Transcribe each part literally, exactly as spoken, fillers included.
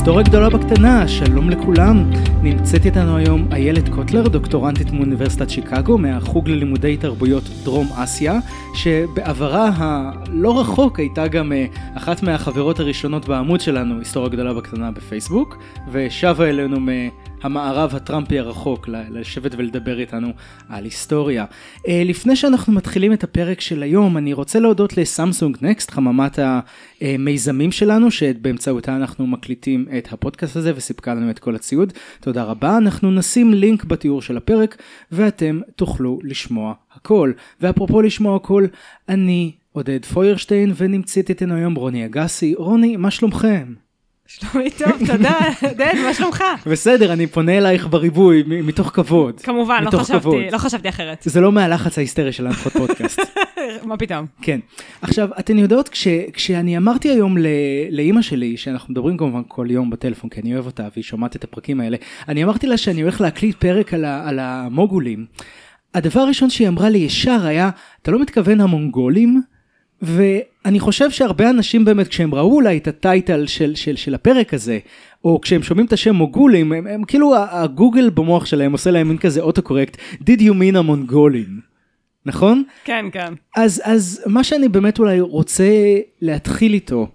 היסטוריה גדולה בקטנה, שלום לכולם. נמצאת איתנו היום איילת קוטלר, דוקטורנטית מאוניברסיטת שיקגו, מהחוג ללימודי תרבויות דרום אסיה, שבעברה הלא רחוק הייתה גם אחת מהחברות הראשונות בעמוד שלנו, היסטוריה גדולה בקטנה בפייסבוק, ושבה אלינו מהמערב הטראמפי הרחוק לשבת ולדבר איתנו על היסטוריה. לפני שאנחנו מתחילים את הפרק של היום, אני רוצה להודות לסמסונג נקסט, חממת המיזמים שלנו, שבאמצעותה אנחנו מקליטים את הפודקאסט הזה וסיפקה לנו את כל הציוד. תודה רבה. אנחנו נשים לינק בתיאור של הפרק ואתם תוכלו לשמוע הכל. ואפרופו לשמוע הכל, אני עודד פוירשטיין ונמצאת איתנו היום רוני אגסי. רוני, מה שלומכם? שלומי טוב, תודה, עודד, מה שלומך? בסדר, אני פונה אלייך בריבוי מתוך כבוד. כמובן, לא חשבתי, לא חשבתי אחרת. זה לא מהלחץ ההיסטרי של להנחות פודקאסט. מה פתאום? כן. עכשיו, אתן יודעות, כש, כשאני אמרתי היום ל, לאמא שלי, שאנחנו מדברים כמובן כל יום בטלפון, כי אני אוהב אותה והיא שומעת את הפרקים האלה, אני אמרתי לה שאני הולך להקליט פרק על, ה, על המוגולים. הדבר הראשון שהיא אמרה לי ישר היה, אתה לא מתכוון המונגולים? ואני חושב שהרבה אנשים באמת, כשהם ראו אולי את הטייטל של, של, של הפרק הזה, או כשהם שומעים את השם מוגולים, הם, הם כאילו, הגוגל במוח שלהם עושה להם מין כזה אוטו-קורקט, did you mean המונגולים? נכון? כן, כן. אז, אז מה שאני באמת אולי רוצה להתחיל איתו,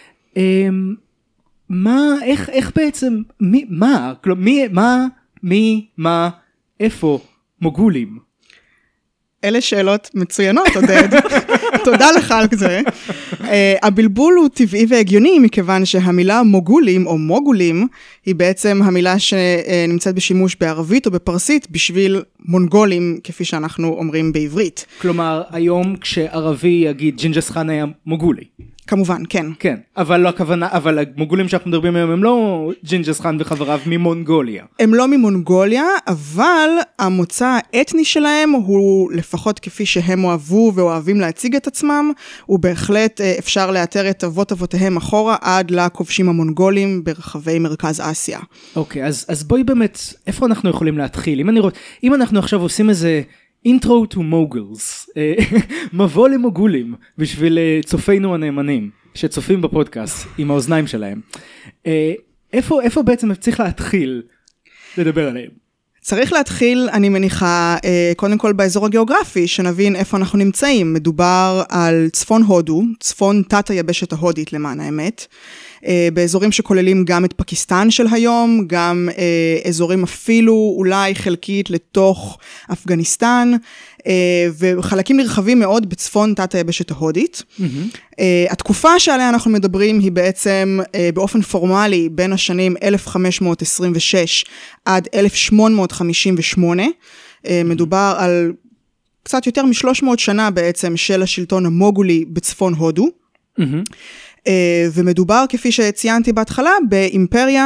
מה, איך, איך בעצם, מי, מה, כלומר, מי, מה, מי, מה, איפה, מוגולים? אלה שאלות מצוינות, עודד. תודה לך על זה. Uh, הבלבול הוא טבעי והגיוני, מכיוון שהמילה מוגולים או מוגולים, היא בעצם המילה שנמצאת בשימוש בערבית או בפרסית, בשביל מונגולים, כפי שאנחנו אומרים בעברית. כלומר, היום כשערבי יגיד ג'ינג'ס חאן היה מוגולי. כמובן, כן. כן, אבל לא הכוונה, אבל המוגולים שאנחנו מדברים היום הם לא ג'ינג'ס חאן וחבריו ממונגוליה. הם לא ממונגוליה, אבל המוצא האתני שלהם הוא לפחות כפי שהם אוהבו ואוהבים להציג את עצמם, ובהחלט אפשר לאתר את אבות אבותיהם אחורה עד לכובשים המונגולים ברחבי מרכז אסיה. אוקיי, אז, אז בואי באמת, איפה אנחנו יכולים להתחיל? אם, אני רוצ... אם אנחנו עכשיו עושים איזה intro to moguls, מבוא למוגולים, בשביל צופינו הנאמנים, שצופים בפודקאסט עם האוזניים שלהם. איפה, איפה בעצם צריך להתחיל לדבר עליהם? צריך להתחיל, אני מניחה, קודם כל באזור הגיאוגרפי, שנבין איפה אנחנו נמצאים. מדובר על צפון הודו, צפון תת היבשת ההודית למען האמת, באזורים שכוללים גם את פקיסטן של היום, גם אזורים אפילו אולי חלקית לתוך אפגניסטן, וחלקים נרחבים מאוד בצפון תת היבשת ההודית. Mm-hmm. התקופה שעליה אנחנו מדברים היא בעצם באופן פורמלי בין השנים אלף חמש מאות עשרים ושש עד אלף שמונה מאות חמישים ושמונה. מדובר על קצת יותר מ-שלוש מאות שנה בעצם של השלטון המוגולי בצפון הודו. Mm-hmm. ומדובר, כפי שציינתי בהתחלה, באימפריה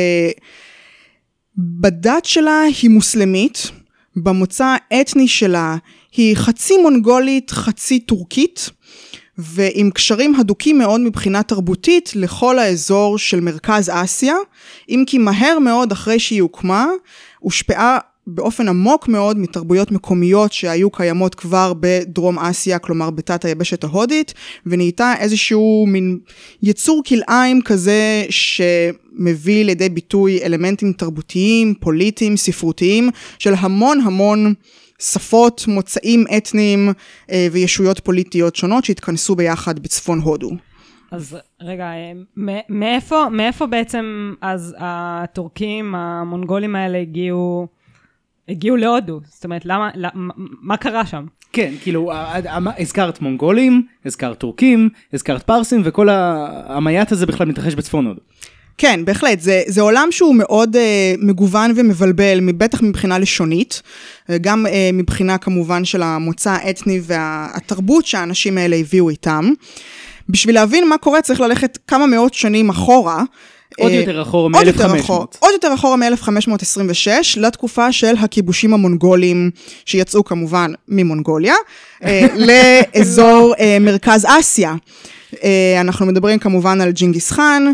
שבדת שלה היא מוסלמית, במוצא האתני שלה היא חצי מונגולית, חצי טורקית, ועם קשרים הדוקים מאוד מבחינה תרבותית לכל האזור של מרכז אסיה, אם כי מהר מאוד אחרי שהיא הוקמה, הושפעה באופן עמוק מאוד מתרבויות מקומיות שהיו קיימות כבר בדרום אסיה, כלומר בתת היבשת ההודית, ונהייתה איזשהו מין יצור כלאיים כזה שמביא לידי ביטוי אלמנטים תרבותיים, פוליטיים, ספרותיים, של המון המון שפות, מוצאים אתניים וישויות פוליטיות שונות שהתכנסו ביחד בצפון הודו. אז רגע, מאיפה, מאיפה בעצם אז הטורקים, המונגולים האלה הגיעו... הגיעו להודו, זאת אומרת, למה, למה, מה קרה שם? כן, כאילו, הזכרת מונגולים, הזכרת טורקים, הזכרת פרסים, וכל המייט הזה בכלל מתרחש בצפון הודו. כן, בהחלט, זה, זה עולם שהוא מאוד uh, מגוון ומבלבל, בטח מבחינה לשונית, גם uh, מבחינה כמובן של המוצא האתני והתרבות שהאנשים האלה הביאו איתם. בשביל להבין מה קורה צריך ללכת כמה מאות שנים אחורה, עוד יותר אחורה מ-אלף וחמש מאות. עוד יותר אחורה מ-אלף חמש מאות עשרים ושש, לתקופה של הכיבושים המונגולים, שיצאו כמובן ממונגוליה, לאזור מרכז אסיה. אנחנו מדברים כמובן על ג'ינגיס חאן,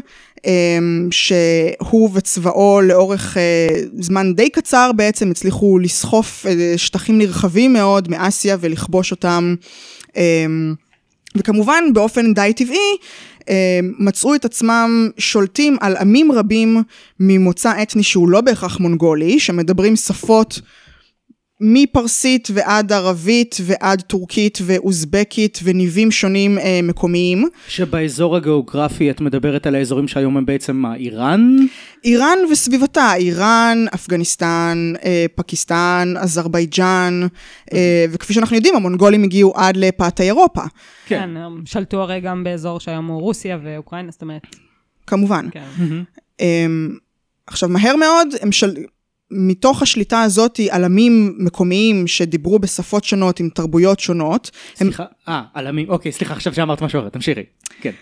שהוא וצבאו לאורך זמן די קצר בעצם הצליחו לסחוף שטחים נרחבים מאוד מאסיה ולכבוש אותם וכמובן באופן די טבעי, מצאו את עצמם שולטים על עמים רבים ממוצא אתני שהוא לא בהכרח מונגולי, שמדברים שפות מפרסית ועד ערבית ועד טורקית ואוזבקית וניבים שונים אה, מקומיים. שבאזור הגיאוגרפי את מדברת על האזורים שהיום הם בעצם מה, איראן? איראן וסביבתה, איראן, אפגניסטן, אה, פקיסטן, אזרבייג'אן, אה, וכפי שאנחנו יודעים, המונגולים הגיעו עד לפאתי אירופה. כן, הם שלטו הרי גם באזור שהיום הוא רוסיה ואוקראינה, זאת אומרת. כמובן. כן. אה, עכשיו, מהר מאוד, הם של... מתוך השליטה הזאת על עמים מקומיים שדיברו בשפות שונות עם תרבויות שונות. סליחה, אה, על עמים, אוקיי, סליחה, עכשיו שאמרת משהו אחר, תמשיכי, כן.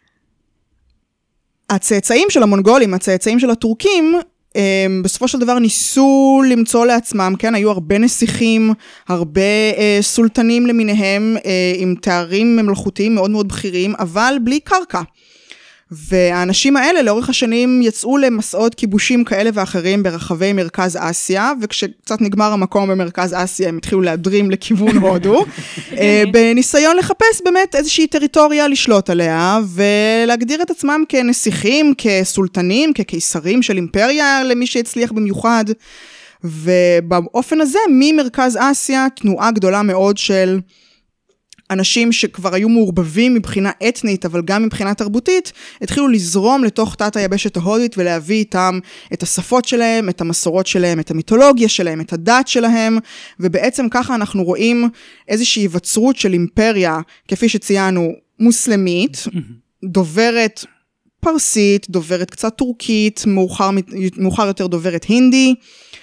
הצאצאים של המונגולים, הצאצאים של הטורקים, בסופו של דבר ניסו למצוא לעצמם, כן, היו הרבה נסיכים, הרבה אה, סולטנים למיניהם, אה, עם תארים ממלכותיים מאוד מאוד בכירים, אבל בלי קרקע. והאנשים האלה לאורך השנים יצאו למסעות כיבושים כאלה ואחרים ברחבי מרכז אסיה, וכשקצת נגמר המקום במרכז אסיה, הם התחילו להדרים לכיוון הודו, בניסיון לחפש באמת איזושהי טריטוריה לשלוט עליה, ולהגדיר את עצמם כנסיכים, כסולטנים, כקיסרים של אימפריה, למי שהצליח במיוחד, ובאופן הזה, ממרכז אסיה, תנועה גדולה מאוד של אנשים שכבר היו מעורבבים מבחינה אתנית, אבל גם מבחינה תרבותית, התחילו לזרום לתוך תת היבשת ההודית, ולהביא איתם את השפות שלהם, את המסורות שלהם, את המיתולוגיה שלהם, את הדת שלהם, ובעצם ככה אנחנו רואים איזושהי היווצרות של אימפריה, כפי שציינו, מוסלמית, דוברת פרסית, דוברת קצת טורקית, מאוחר, מאוחר יותר דוברת הינדי,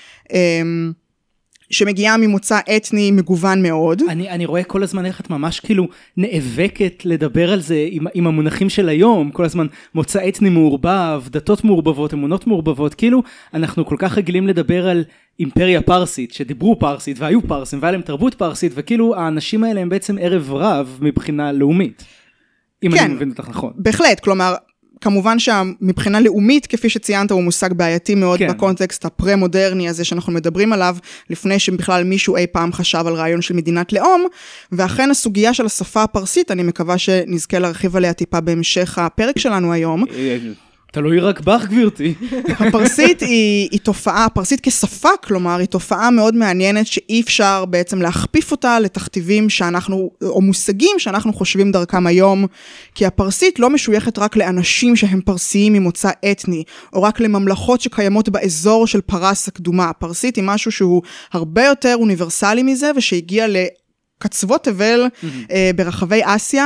שמגיעה ממוצא אתני מגוון מאוד. אני, אני רואה כל הזמן איך את ממש כאילו נאבקת לדבר על זה עם, עם המונחים של היום, כל הזמן מוצא אתני מעורבב, דתות מעורבבות, אמונות מעורבבות, כאילו אנחנו כל כך רגילים לדבר על אימפריה פרסית, שדיברו פרסית והיו פרסים, והיה להם תרבות פרסית, וכאילו האנשים האלה הם בעצם ערב רב מבחינה לאומית. אם כן, אני מבין אותך נכון. בהחלט, כלומר, כמובן שמבחינה לאומית, כפי שציינת, הוא מושג בעייתי מאוד כן. בקונטקסט הפרה-מודרני הזה שאנחנו מדברים עליו, לפני שבכלל מישהו אי פעם חשב על רעיון של מדינת לאום, ואכן הסוגיה של השפה הפרסית, אני מקווה שנזכה להרחיב עליה טיפה בהמשך הפרק שלנו היום. תלוי רק בך, גבירתי. הפרסית היא, היא תופעה, הפרסית כשפה, כלומר, היא תופעה מאוד מעניינת שאי אפשר בעצם להכפיף אותה לתכתיבים שאנחנו, או מושגים שאנחנו חושבים דרכם היום, כי הפרסית לא משויכת רק לאנשים שהם פרסיים ממוצא אתני, או רק לממלכות שקיימות באזור של פרס הקדומה. הפרסית היא משהו שהוא הרבה יותר אוניברסלי מזה, ושהגיע לקצוות תבל mm-hmm. אה, ברחבי אסיה,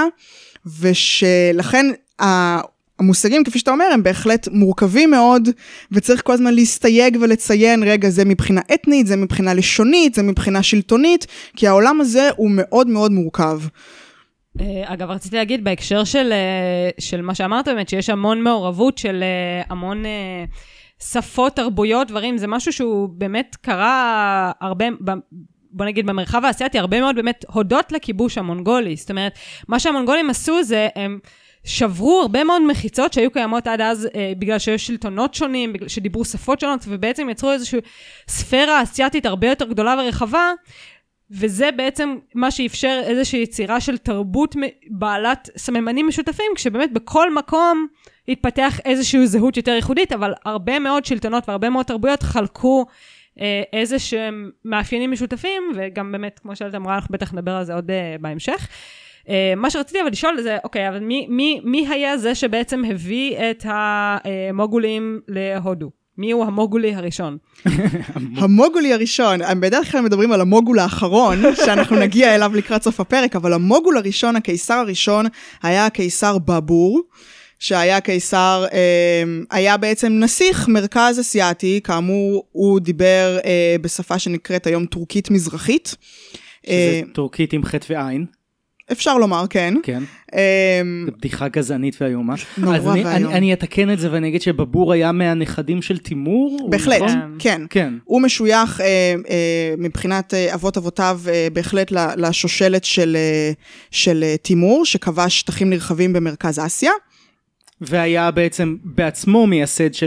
ושלכן ה... המושגים, כפי שאתה אומר, הם בהחלט מורכבים מאוד, וצריך כל הזמן להסתייג ולציין, רגע, זה מבחינה אתנית, זה מבחינה לשונית, זה מבחינה שלטונית, כי העולם הזה הוא מאוד מאוד מורכב. אגב, רציתי להגיד, בהקשר של, של מה שאמרת, באמת, שיש המון מעורבות של המון שפות, תרבויות, דברים, זה משהו שהוא באמת קרה הרבה... בוא נגיד, במרחב האסייתי, הרבה מאוד באמת הודות לכיבוש המונגולי. זאת אומרת, מה שהמונגולים עשו זה, הם שברו הרבה מאוד מחיצות שהיו קיימות עד אז, אה, בגלל שהיו שלטונות שונים, בגלל שדיברו שפות שונות, ובעצם יצרו איזושהי ספירה אסייתית הרבה יותר גדולה ורחבה, וזה בעצם מה שאפשר איזושהי יצירה של תרבות בעלת סממנים משותפים, כשבאמת בכל מקום התפתח איזושהי זהות יותר ייחודית, אבל הרבה מאוד שלטונות והרבה מאוד תרבויות חלקו איזה שהם מאפיינים משותפים, וגם באמת, כמו שאלת אמרה, אנחנו בטח נדבר על זה עוד בהמשך. מה שרציתי אבל לשאול זה, אוקיי, אבל מי, מי, מי היה זה שבעצם הביא את המוגולים להודו? מי הוא המוגולי הראשון? המוגולי הראשון, בדרך כלל מדברים על המוגול האחרון, שאנחנו נגיע אליו לקראת סוף הפרק, אבל המוגול הראשון, הקיסר הראשון, היה הקיסר באבור, שהיה קיסר, היה בעצם נסיך מרכז אסיאטי, כאמור הוא דיבר בשפה שנקראת היום טורקית מזרחית. שזה טורקית עם חטא ועין. אפשר לומר, כן. כן. זה בדיחה גזענית והיומה. נורא והיום. אז אני אתקן את זה ואני אגיד שבבור היה מהנכדים של תימור? בהחלט, כן. כן. הוא משוייך מבחינת אבות אבותיו בהחלט לשושלת של תימור, שכבש שטחים נרחבים במרכז אסיה. והיה בעצם בעצמו מייסד של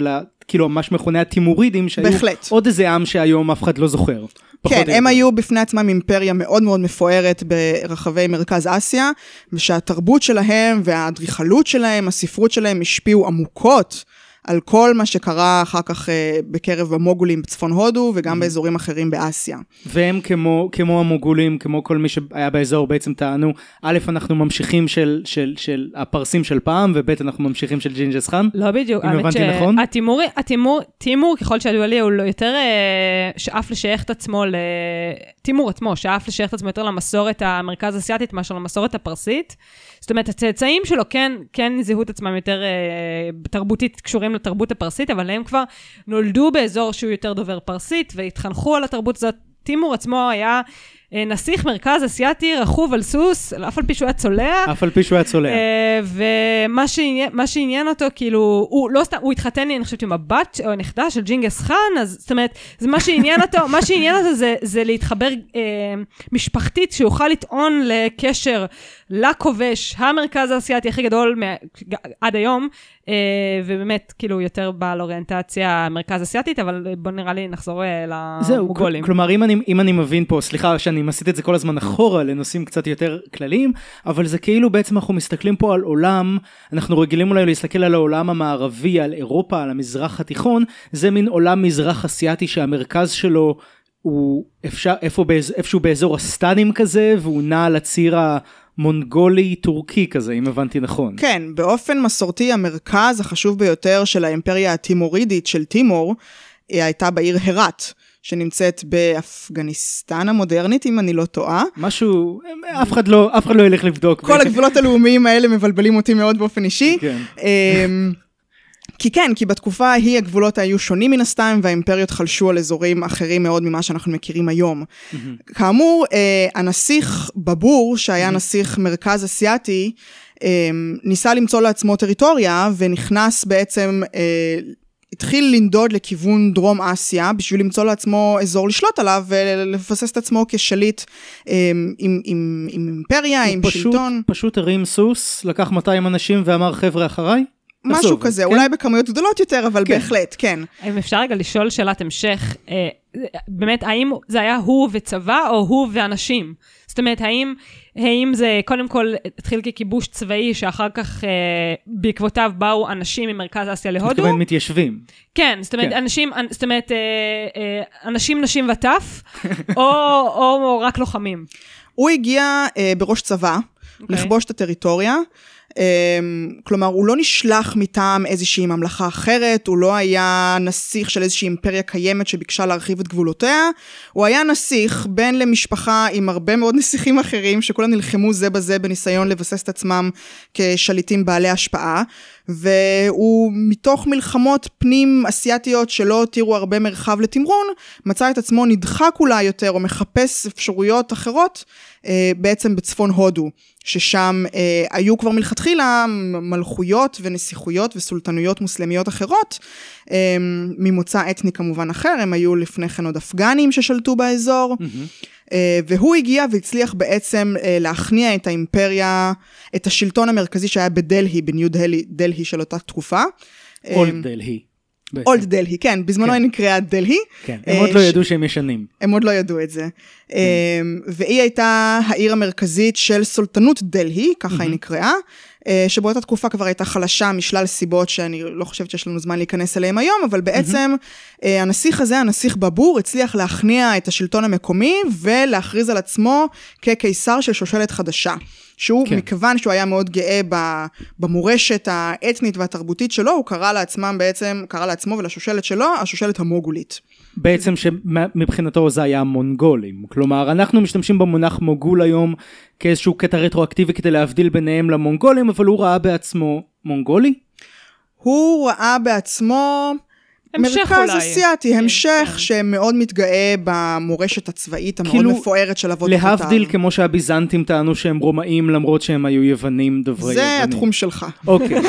כאילו ממש מכוני התימורידים, שהיו בהחלט. עוד איזה עם שהיום אף אחד לא זוכר. כן, הם היו בפני עצמם אימפריה מאוד מאוד מפוארת ברחבי מרכז אסיה, ושהתרבות שלהם והאדריכלות שלהם, הספרות שלהם השפיעו עמוקות על כל מה שקרה אחר כך בקרב המוגולים בצפון הודו, וגם באזורים אחרים באסיה. והם כמו, כמו המוגולים, כמו כל מי שהיה באזור בעצם טענו, א', אנחנו ממשיכים של, של, של הפרסים של פעם, וב', אנחנו ממשיכים של ג'ינג'ס חאן. לא בדיוק. אם הבנתי נכון? התימורי, התימור, תימור, ככל שידוע לי, הוא יותר שאף לשייך את עצמו, תימור עצמו, שאף לשייך את עצמו יותר למסורת המרכז אסיאטית, מאשר למסורת הפרסית. זאת אומרת, הצאצאים שלו כן, כן זיהו את עצמם יותר אה, תרבותית, קשורים לתרבות הפרסית, אבל הם כבר נולדו באזור שהוא יותר דובר פרסית, והתחנכו על התרבות הזאת. תימור עצמו היה אה, נסיך מרכז אסיאטי, רכוב על סוס, אף על פי שהוא היה צולע. אף על פי שהוא היה צולע. אה, ומה שעניין, מה שעניין אותו, כאילו, הוא לא סתם, הוא התחתן, אני חושבת, עם הבת או הנכדה של ג'ינגס חאן, אז זאת אומרת, זה מה שעניין אותו, מה שעניין אותו זה, זה להתחבר אה, משפחתית, שיוכל לטעון לקשר לכובש, המרכז האסיאטי הכי גדול עד היום, ובאמת, כאילו, יותר בעל אוריינטציה המרכז אסיאטית, אבל בוא נראה לי נחזור למוגולים. כלומר, אם אני, אם אני מבין פה, סליחה שאני מסיט את זה כל הזמן אחורה לנושאים קצת יותר כלליים, אבל זה כאילו בעצם אנחנו מסתכלים פה על עולם, אנחנו רגילים אולי להסתכל על העולם המערבי, על אירופה, על המזרח התיכון, זה מין עולם מזרח אסיאטי שהמרכז שלו הוא אפשר, איפה, איפשהו באזור הסטנים כזה, והוא נע על הציר המונגולי טורקי כזה, אם הבנתי נכון. כן, באופן מסורתי המרכז החשוב ביותר של האימפריה התימורידית של תימור, הייתה בעיר הרת, שנמצאת באפגניסטן המודרנית, אם אני לא טועה. משהו, אף אחד לא, אף אחד לא ילך לבדוק. כל הגבולות הלאומיים האלה מבלבלים אותי מאוד באופן אישי. כן. כי כן, כי בתקופה ההיא הגבולות היו שונים מן הסתם, והאימפריות חלשו על אזורים אחרים מאוד ממה שאנחנו מכירים היום. כאמור, הנסיך בבור, שהיה נסיך מרכז אסיאטי, ניסה למצוא לעצמו טריטוריה, ונכנס בעצם, התחיל לנדוד לכיוון דרום אסיה, בשביל למצוא לעצמו אזור לשלוט עליו, ולפסס את עצמו כשליט עם, עם, עם, עם אימפריה, עם פשוט, שלטון. פשוט הרים סוס, לקח מאתיים אנשים ואמר חבר'ה אחריי? משהו כזה, כן? אולי בכמויות גדולות יותר, אבל כן. בהחלט, כן. אם אפשר רגע לשאול שאלת המשך, אה, באמת, האם זה היה הוא וצבא, או הוא ואנשים? זאת אומרת, האם, האם זה קודם כל התחיל ככיבוש צבאי, שאחר כך אה, בעקבותיו באו אנשים ממרכז אסיה להודו? מתכוון מתיישבים. כן, זאת אומרת, כן. אנשים, זאת אומרת, אה, אה, אנשים, נשים וטף, או, או, או רק לוחמים? הוא הגיע אה, בראש צבא, okay. לכבוש את הטריטוריה, כלומר, הוא לא נשלח מטעם איזושהי ממלכה אחרת, הוא לא היה נסיך של איזושהי אימפריה קיימת שביקשה להרחיב את גבולותיה, הוא היה נסיך בן למשפחה עם הרבה מאוד נסיכים אחרים, שכולם נלחמו זה בזה בניסיון לבסס את עצמם כשליטים בעלי השפעה, והוא מתוך מלחמות פנים אסיאטיות שלא הותירו הרבה מרחב לתמרון, מצא את עצמו נדחק אולי יותר, או מחפש אפשרויות אחרות, בעצם בצפון הודו, ששם אה, היו כבר מלכתחילה מלכויות ונסיכויות וסולטנויות מוסלמיות אחרות, אה, ממוצא אתני כמובן אחר, הם היו לפני כן עוד אפגנים ששלטו באזור, mm-hmm. אה, והוא הגיע והצליח בעצם אה, להכניע את האימפריה, את השלטון המרכזי שהיה בדלהי, בניו דלהי, דלהי של אותה תקופה. אולד דלהי. אולד דלהי, כן, בזמנו היא נקראה דלהי. כן, הם עוד לא ידעו שהם ישנים. הם עוד לא ידעו את זה. והיא הייתה העיר המרכזית של סולטנות דלהי, ככה היא נקראה, שבאותה תקופה כבר הייתה חלשה משלל סיבות שאני לא חושבת שיש לנו זמן להיכנס אליהם היום, אבל בעצם הנסיך הזה, הנסיך בבור, הצליח להכניע את השלטון המקומי ולהכריז על עצמו כקיסר של שושלת חדשה. שהוא, כן. מכיוון שהוא היה מאוד גאה במורשת האתנית והתרבותית שלו, הוא קרא לעצמם בעצם, קרא לעצמו ולשושלת שלו, השושלת המוגולית. בעצם שמבחינתו זה היה מונגולים. כלומר, אנחנו משתמשים במונח מוגול היום כאיזשהו קטע רטרואקטיבי כדי להבדיל ביניהם למונגולים, אבל הוא ראה בעצמו מונגולי? הוא ראה בעצמו מרכז אסיאטי, המשך שמאוד מתגאה במורשת הצבאית המאוד מפוארת של אבות אבותיו. להבדיל כמו שהביזנטים טענו שהם רומאים למרות שהם היו יוונים דוברי יוונים. זה התחום שלך. אוקיי.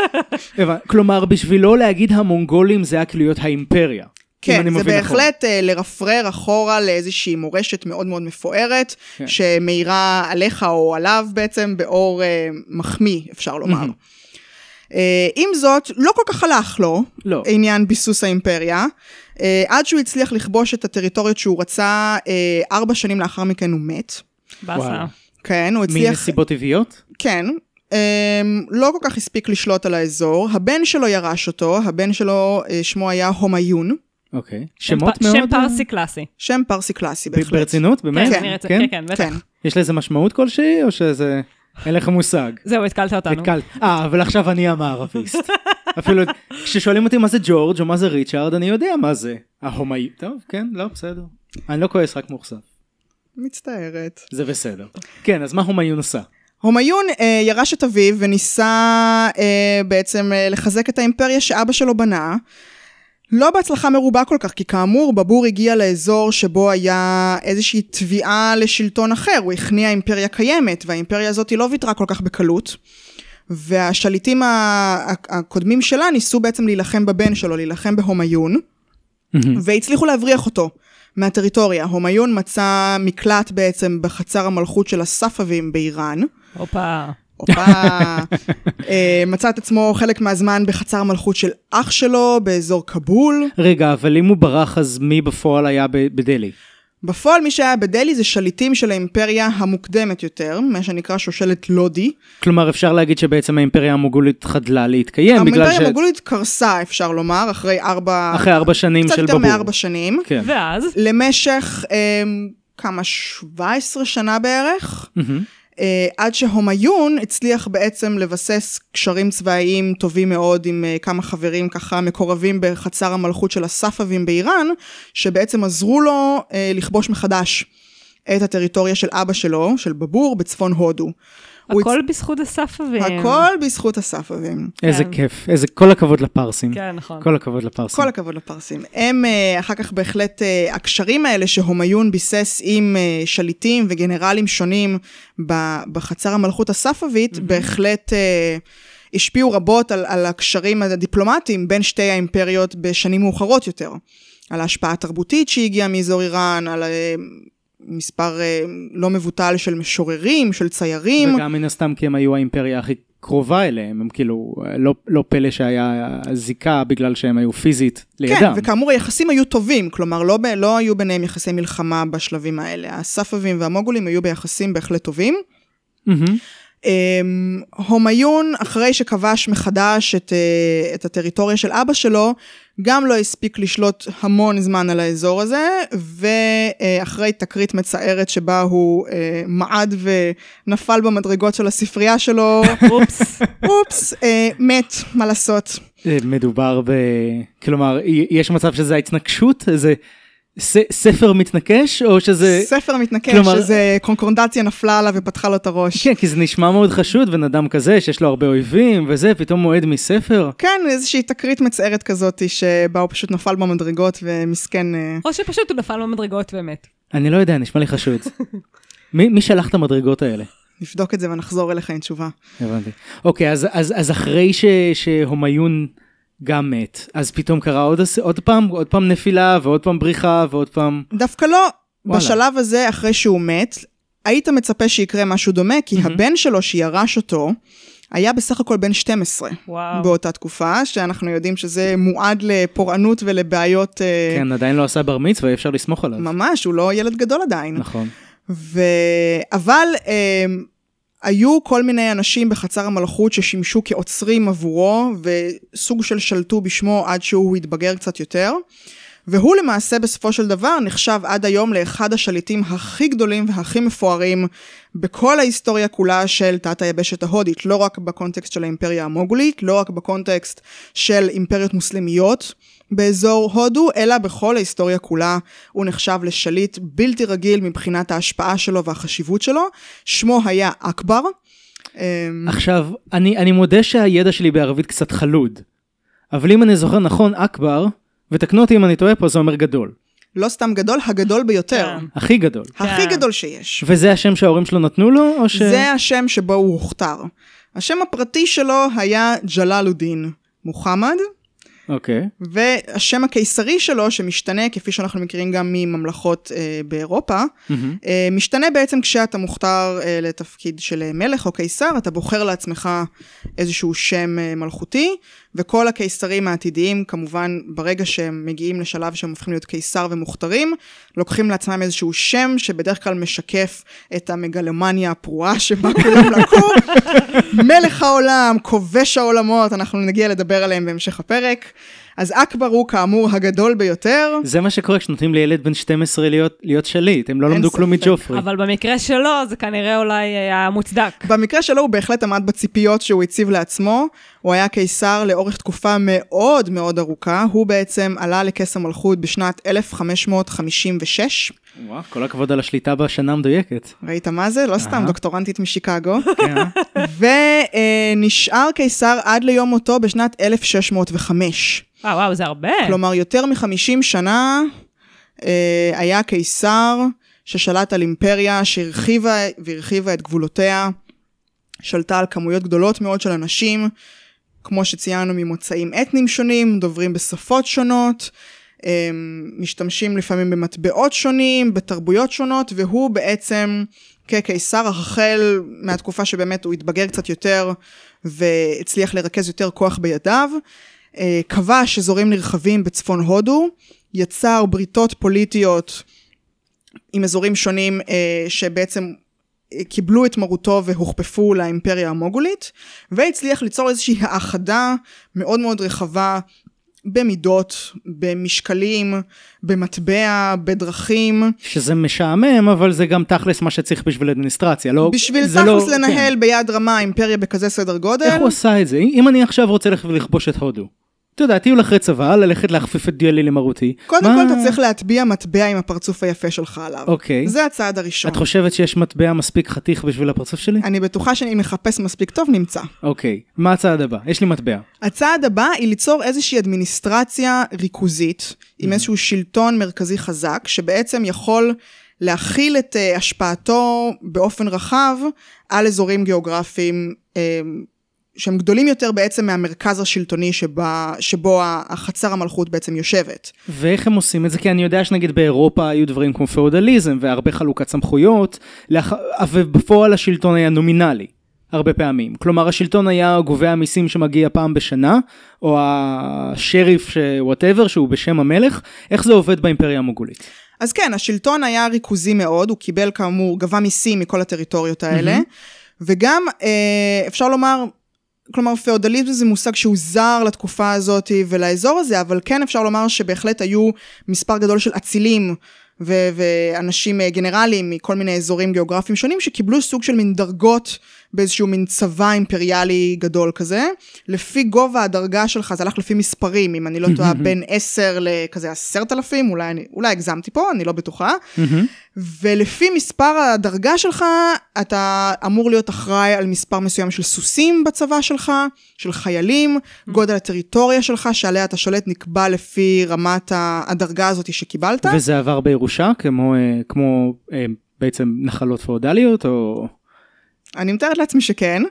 כלומר, בשבילו להגיד המונגולים זה היה כאילו להיות האימפריה. כן, זה בהחלט לרפרר אחורה לאיזושהי מורשת מאוד מאוד מפוארת, שמאירה עליך או עליו בעצם באור מחמיא, אפשר לומר. עם זאת, לא כל כך הלך לו, לא. עניין ביסוס האימפריה, עד שהוא הצליח לכבוש את הטריטוריות שהוא רצה, ארבע שנים לאחר מכן הוא מת. בסה. כן, הוא הצליח... מנסיבות טבעיות? כן. לא כל כך הספיק לשלוט על האזור, הבן שלו ירש אותו, הבן שלו שמו היה הומיון. אוקיי. שמות מאוד... שם פרסי קלאסי. שם פרסי קלאסי, בהחלט. ברצינות? באמת? כן, כן, כן, בטח. יש לזה משמעות כלשהי, או שזה... אין לך מושג? זהו, התקלת אותנו. התקלת. אה, אבל עכשיו אני המערביסט. אפילו, כששואלים אותי מה זה ג'ורג' או מה זה ריצ'ארד, אני יודע מה זה. ההומאי... טוב, כן, לא, בסדר. אני לא כועס, רק מוחשף. מצטערת. זה בסדר. כן, אז מה הומיון עשה? הומיון אה, ירש את אביו וניסה אה, בעצם אה, לחזק את האימפריה שאבא שלו בנה. לא בהצלחה מרובה כל כך, כי כאמור, בבור הגיע לאזור שבו היה איזושהי תביעה לשלטון אחר, הוא הכניע אימפריה קיימת, והאימפריה הזאת היא לא ויתרה כל כך בקלות, והשליטים הקודמים שלה ניסו בעצם להילחם בבן שלו, להילחם בהומיון, והצליחו להבריח אותו מהטריטוריה. הומיון מצא מקלט בעצם בחצר המלכות של הספבים באיראן. אופה. אופה, מצא את עצמו חלק מהזמן בחצר המלכות של אח שלו, באזור קבול. רגע, אבל אם הוא ברח, אז מי בפועל היה בדלי? בפועל מי שהיה בדלי זה שליטים של האימפריה המוקדמת יותר, מה שנקרא שושלת לודי. כלומר, אפשר להגיד שבעצם האימפריה המוגולית חדלה להתקיים, בגלל ש... האימפריה המוגולית קרסה, אפשר לומר, אחרי ארבע... אחרי ארבע שנים של בבור. קצת יותר מארבע שנים. כן. ואז? למשך אה, כמה, שבע עשרה שנה בערך. Uh, עד שהומיון הצליח בעצם לבסס קשרים צבאיים טובים מאוד עם uh, כמה חברים ככה מקורבים בחצר המלכות של הספבים באיראן, שבעצם עזרו לו uh, לכבוש מחדש את הטריטוריה של אבא שלו, של בבור, בצפון הודו. הכל הצ... בזכות הספבים. הכל בזכות הספבים. איזה כן. כיף, איזה כל הכבוד לפרסים. כן, נכון. כל הכבוד לפרסים. כל הכבוד לפרסים. הם uh, אחר כך בהחלט uh, הקשרים האלה שהומיון ביסס עם uh, שליטים וגנרלים שונים בחצר המלכות הספבית, mm-hmm. בהחלט uh, השפיעו רבות על, על הקשרים הדיפלומטיים בין שתי האימפריות בשנים מאוחרות יותר. על ההשפעה התרבותית שהגיעה מאזור איראן, על... Uh, מספר לא מבוטל של משוררים, של ציירים. וגם מן הסתם כי הם היו האימפריה הכי קרובה אליהם, הם כאילו, לא, לא פלא שהיה זיקה בגלל שהם היו פיזית לידם. כן, וכאמור היחסים היו טובים, כלומר לא, לא היו ביניהם יחסי מלחמה בשלבים האלה. הספבים והמוגולים היו ביחסים בהחלט טובים. Mm-hmm. הומיון, אחרי שכבש מחדש את, את הטריטוריה של אבא שלו, גם לא הספיק לשלוט המון זמן על האזור הזה, ואחרי תקרית מצערת שבה הוא מעד ונפל במדרגות של הספרייה שלו, אופס, אופס, מת, מה לעשות. מדובר ב... כלומר, יש מצב שזה ההתנקשות, איזה... ספר מתנקש, או שזה... ספר מתנקש, כלומר... שזה קונקורדציה נפלה עליו ופתחה לו את הראש. כן, כי זה נשמע מאוד חשוד, בן אדם כזה, שיש לו הרבה אויבים, וזה, פתאום מועד מספר. כן, איזושהי תקרית מצערת כזאת, שבה הוא פשוט נפל במדרגות, ומסכן... או שפשוט הוא נפל במדרגות באמת. אני לא יודע, נשמע לי חשוד. מי, מי שלח את המדרגות האלה? נבדוק את זה ונחזור אליך עם תשובה. הבנתי. אוקיי, אז, אז, אז אחרי ש, שהומיון... גם מת. אז פתאום קרה עוד, עוד פעם, עוד פעם נפילה, ועוד פעם בריחה, ועוד פעם... דווקא לא. וואלה. בשלב הזה, אחרי שהוא מת, היית מצפה שיקרה משהו דומה, כי mm-hmm. הבן שלו שירש אותו, היה בסך הכל בן שתים עשרה. וואו. באותה תקופה, שאנחנו יודעים שזה מועד לפורענות ולבעיות... כן, עדיין לא עשה בר מצווה, אפשר לסמוך עליו. ממש, הוא לא ילד גדול עדיין. נכון. ו... אבל... היו כל מיני אנשים בחצר המלכות ששימשו כעוצרים עבורו, וסוג של שלטו בשמו עד שהוא התבגר קצת יותר, והוא למעשה בסופו של דבר נחשב עד היום לאחד השליטים הכי גדולים והכי מפוארים בכל ההיסטוריה כולה של תת היבשת ההודית, לא רק בקונטקסט של האימפריה המוגולית, לא רק בקונטקסט של אימפריות מוסלמיות באזור הודו, אלא בכל ההיסטוריה כולה הוא נחשב לשליט בלתי רגיל מבחינת ההשפעה שלו והחשיבות שלו. שמו היה אכבר. עכשיו, אני, אני מודה שהידע שלי בערבית קצת חלוד, אבל אם אני זוכר נכון, אכבר, ותקנו אותי אם אני טועה פה, זה אומר גדול. לא סתם גדול, הגדול ביותר. הכי גדול. הכי גדול שיש. וזה השם שההורים שלו נתנו לו? או ש... זה השם שבו הוא הוכתר. השם הפרטי שלו היה ג'ללודין מוחמד, אוקיי. והשם הקיסרי שלו, שמשתנה, כפי שאנחנו מכירים גם מממלכות אה, באירופה, mm-hmm. אה, משתנה בעצם כשאתה מוכתר אה, לתפקיד של מלך או קיסר, אתה בוחר לעצמך איזשהו שם אה, מלכותי, וכל הקיסרים העתידיים, כמובן, ברגע שהם מגיעים לשלב שהם הופכים להיות קיסר ומוכתרים, לוקחים לעצמם איזשהו שם, שבדרך כלל משקף את המגלומניה הפרועה, שבה כולם לקום, מלך העולם, כובש העולמות, אנחנו נגיע לדבר עליהם בהמשך הפרק. אז אכבר הוא כאמור הגדול ביותר. זה מה שקורה כשנותנים לילד בן שתים עשרה להיות, להיות שליט, הם לא למדו כלום מג'ופרי. אבל במקרה שלו זה כנראה אולי היה מוצדק. במקרה שלו הוא בהחלט עמד בציפיות שהוא הציב לעצמו, הוא היה קיסר לאורך תקופה מאוד מאוד ארוכה, הוא בעצם עלה לכס המלכות בשנת אלף חמש מאות חמישים ושש. וואו, כל הכבוד על השליטה בשנה המדויקת. ראית מה זה? לא סתם דוקטורנטית משיקגו. ונשאר קיסר עד ליום מותו בשנת אלף שש מאות וחמש. וואו, וואו, זה הרבה. כלומר, יותר מ-חמישים שנה אה, היה קיסר ששלט על אימפריה, שהרחיבה והרחיבה את גבולותיה, שלטה על כמויות גדולות מאוד של אנשים, כמו שציינו ממוצאים אתניים שונים, דוברים בשפות שונות, אה, משתמשים לפעמים במטבעות שונים, בתרבויות שונות, והוא בעצם כקיסר החל מהתקופה שבאמת הוא התבגר קצת יותר, והצליח לרכז יותר כוח בידיו, כבש אזורים נרחבים בצפון הודו, יצר בריתות פוליטיות עם אזורים שונים שבעצם קיבלו את מרותו והוכפפו לאימפריה המוגולית, והצליח ליצור איזושהי האחדה מאוד מאוד רחבה במידות, במשקלים, במטבע, בדרכים. שזה משעמם, אבל זה גם תכלס מה שצריך בשביל אדמיניסטרציה. לא, בשביל תכלס לא, לנהל כן. ביד רמה אימפריה בכזה סדר גודל. איך הוא עשה את זה? אם אני עכשיו רוצה ללכת ולכבוש את הודו, אתה יודע, תהיו אחרי צבא, ללכת להכפיף את דיאלי למרותי. קודם מה... כל אתה צריך להטביע מטבע עם הפרצוף היפה שלך עליו. אוקיי. זה הצעד הראשון. את חושבת שיש מטבע מספיק חתיך בשביל הפרצוף שלי? אני בטוחה שאני מחפש מספיק טוב, נמצא. אוקיי. מה הצעד הבא? יש לי מטבע. הצעד הבא היא ליצור איזושהי אדמיניסטרציה ריכוזית, עם איזשהו שלטון מרכזי חזק, שבעצם יכול להכיל את uh, השפעתו באופן רחב על אזורים גיאוגרפיים uh, שהם גדולים יותר בעצם מהמרכז השלטוני שבה, שבו החצר המלכות בעצם יושבת. ואיך הם עושים את זה? כי אני יודע שנגיד באירופה היו דברים כמו פאודליזם והרבה חלוקת סמכויות, ובפועל השלטון היה נומינלי, הרבה פעמים. כלומר, השלטון היה גובה המיסים שמגיע פעם בשנה, או השריף ש-whatever, שהוא בשם המלך. איך זה עובד באימפריה המוגולית? אז כן, השלטון היה ריכוזי מאוד, הוא קיבל כאמור גבה מיסים מכל הטריטוריות האלה, וגם אפשר לומר, כלומר, פאודליזם זה מושג שהוא זר לתקופה הזאת ולאזור הזה, אבל כן אפשר לומר שבהחלט היו מספר גדול של אצילים ו- ואנשים גנרליים מכל מיני אזורים גיאוגרפיים שונים, שקיבלו סוג של מין דרגות באיזשהו מין צבא אימפריאלי גדול כזה. לפי גובה הדרגה שלך, זה הלך לפי מספרים, אם אני לא טועה, בין עשר לכזה עשרת אלפים, אולי, אולי הגזמתי פה, אני לא בטוחה. ולפי מספר הדרגה שלך, אתה אמור להיות אחראי על מספר מסוים של סוסים בצבא שלך, של חיילים, גודל הטריטוריה שלך, שעליה אתה שולט נקבע לפי רמת הדרגה הזאת שקיבלת. וזה עבר בירושה, כמו, כמו בעצם נחלות פאודליות, או... אני מתארת לעצמי שכן.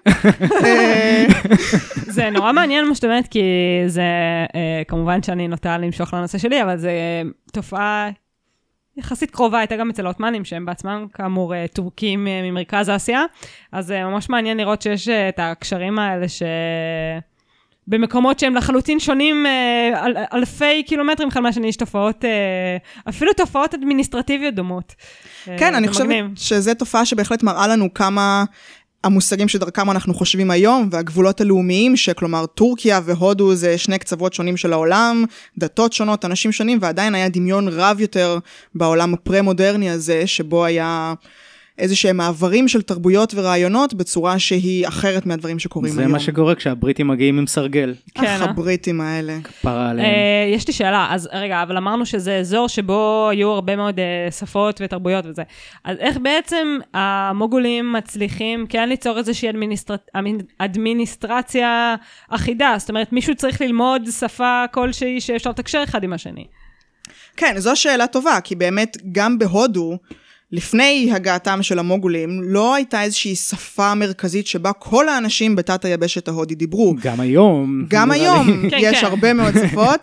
זה נורא מעניין מה שאת אומרת, כי זה, כמובן שאני נוטה למשוך לנושא שלי, אבל זה תופעה יחסית קרובה, הייתה גם אצל העות'מאנים, שהם בעצמם כאמור טורקים ממרכז אסיה, אז זה ממש מעניין לראות שיש את הקשרים האלה ש... במקומות שהם לחלוטין שונים אל, אלפי קילומטרים אחד מהשני, יש תופעות, אפילו תופעות אדמיניסטרטיביות דומות. כן, אני חושבת שזו תופעה שבהחלט מראה לנו כמה המושגים שדרכם אנחנו חושבים היום, והגבולות הלאומיים, שכלומר טורקיה והודו זה שני קצוות שונים של העולם, דתות שונות, אנשים שונים, ועדיין היה דמיון רב יותר בעולם הפרה-מודרני הזה, שבו היה... איזה שהם מעברים של תרבויות ורעיונות בצורה שהיא אחרת מהדברים שקורים זה היום. מה שקורה כשהבריטים מגיעים עם סרגל. כן, אך הבריטים האלה. כפרה עליהם. יש לי שאלה, אז רגע, אבל אמרנו שזה אזור שבו היו הרבה מאוד שפות ותרבויות וזה. אז איך בעצם המוגולים מצליחים כן ליצור איזושהי אדמיניסטרציה אחידה? זאת אומרת, מישהו צריך ללמוד שפה כלשהי שאפשר לתקשר אחד עם השני. כן, זו שאלה טובה, כי באמת גם בהודו, לפני הגעתם של המוגולים, לא הייתה איזושהי שפה מרכזית שבה כל האנשים בתת היבשת ההודית דיברו. גם היום. גם היום כן, יש כן. הרבה מאוד שפות,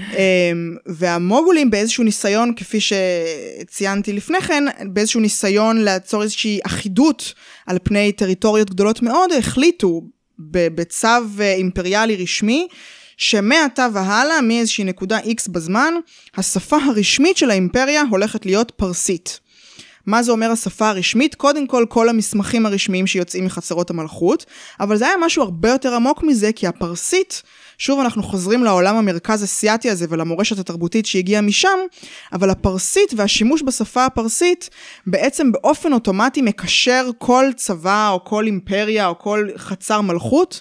והמוגולים באיזשהו ניסיון, כפי שציינתי לפני כן, באיזשהו ניסיון לעצור איזושהי אחידות על פני טריטוריות גדולות מאוד, החליטו בצו אימפריאלי רשמי, שמעתה והלאה, מאיזושהי נקודה X בזמן, השפה הרשמית של האימפריה הולכת להיות פרסית. מה זה אומר השפה הרשמית? קודם כל, כל המסמכים הרשמיים שיוצאים מחצרות המלכות, אבל זה היה משהו הרבה יותר עמוק מזה, כי הפרסית, שוב אנחנו חוזרים לעולם המרכז אסיאטי הזה ולמורשת התרבותית שהגיעה משם, אבל הפרסית והשימוש בשפה הפרסית בעצם באופן אוטומטי מקשר כל צבא או כל אימפריה או כל חצר מלכות,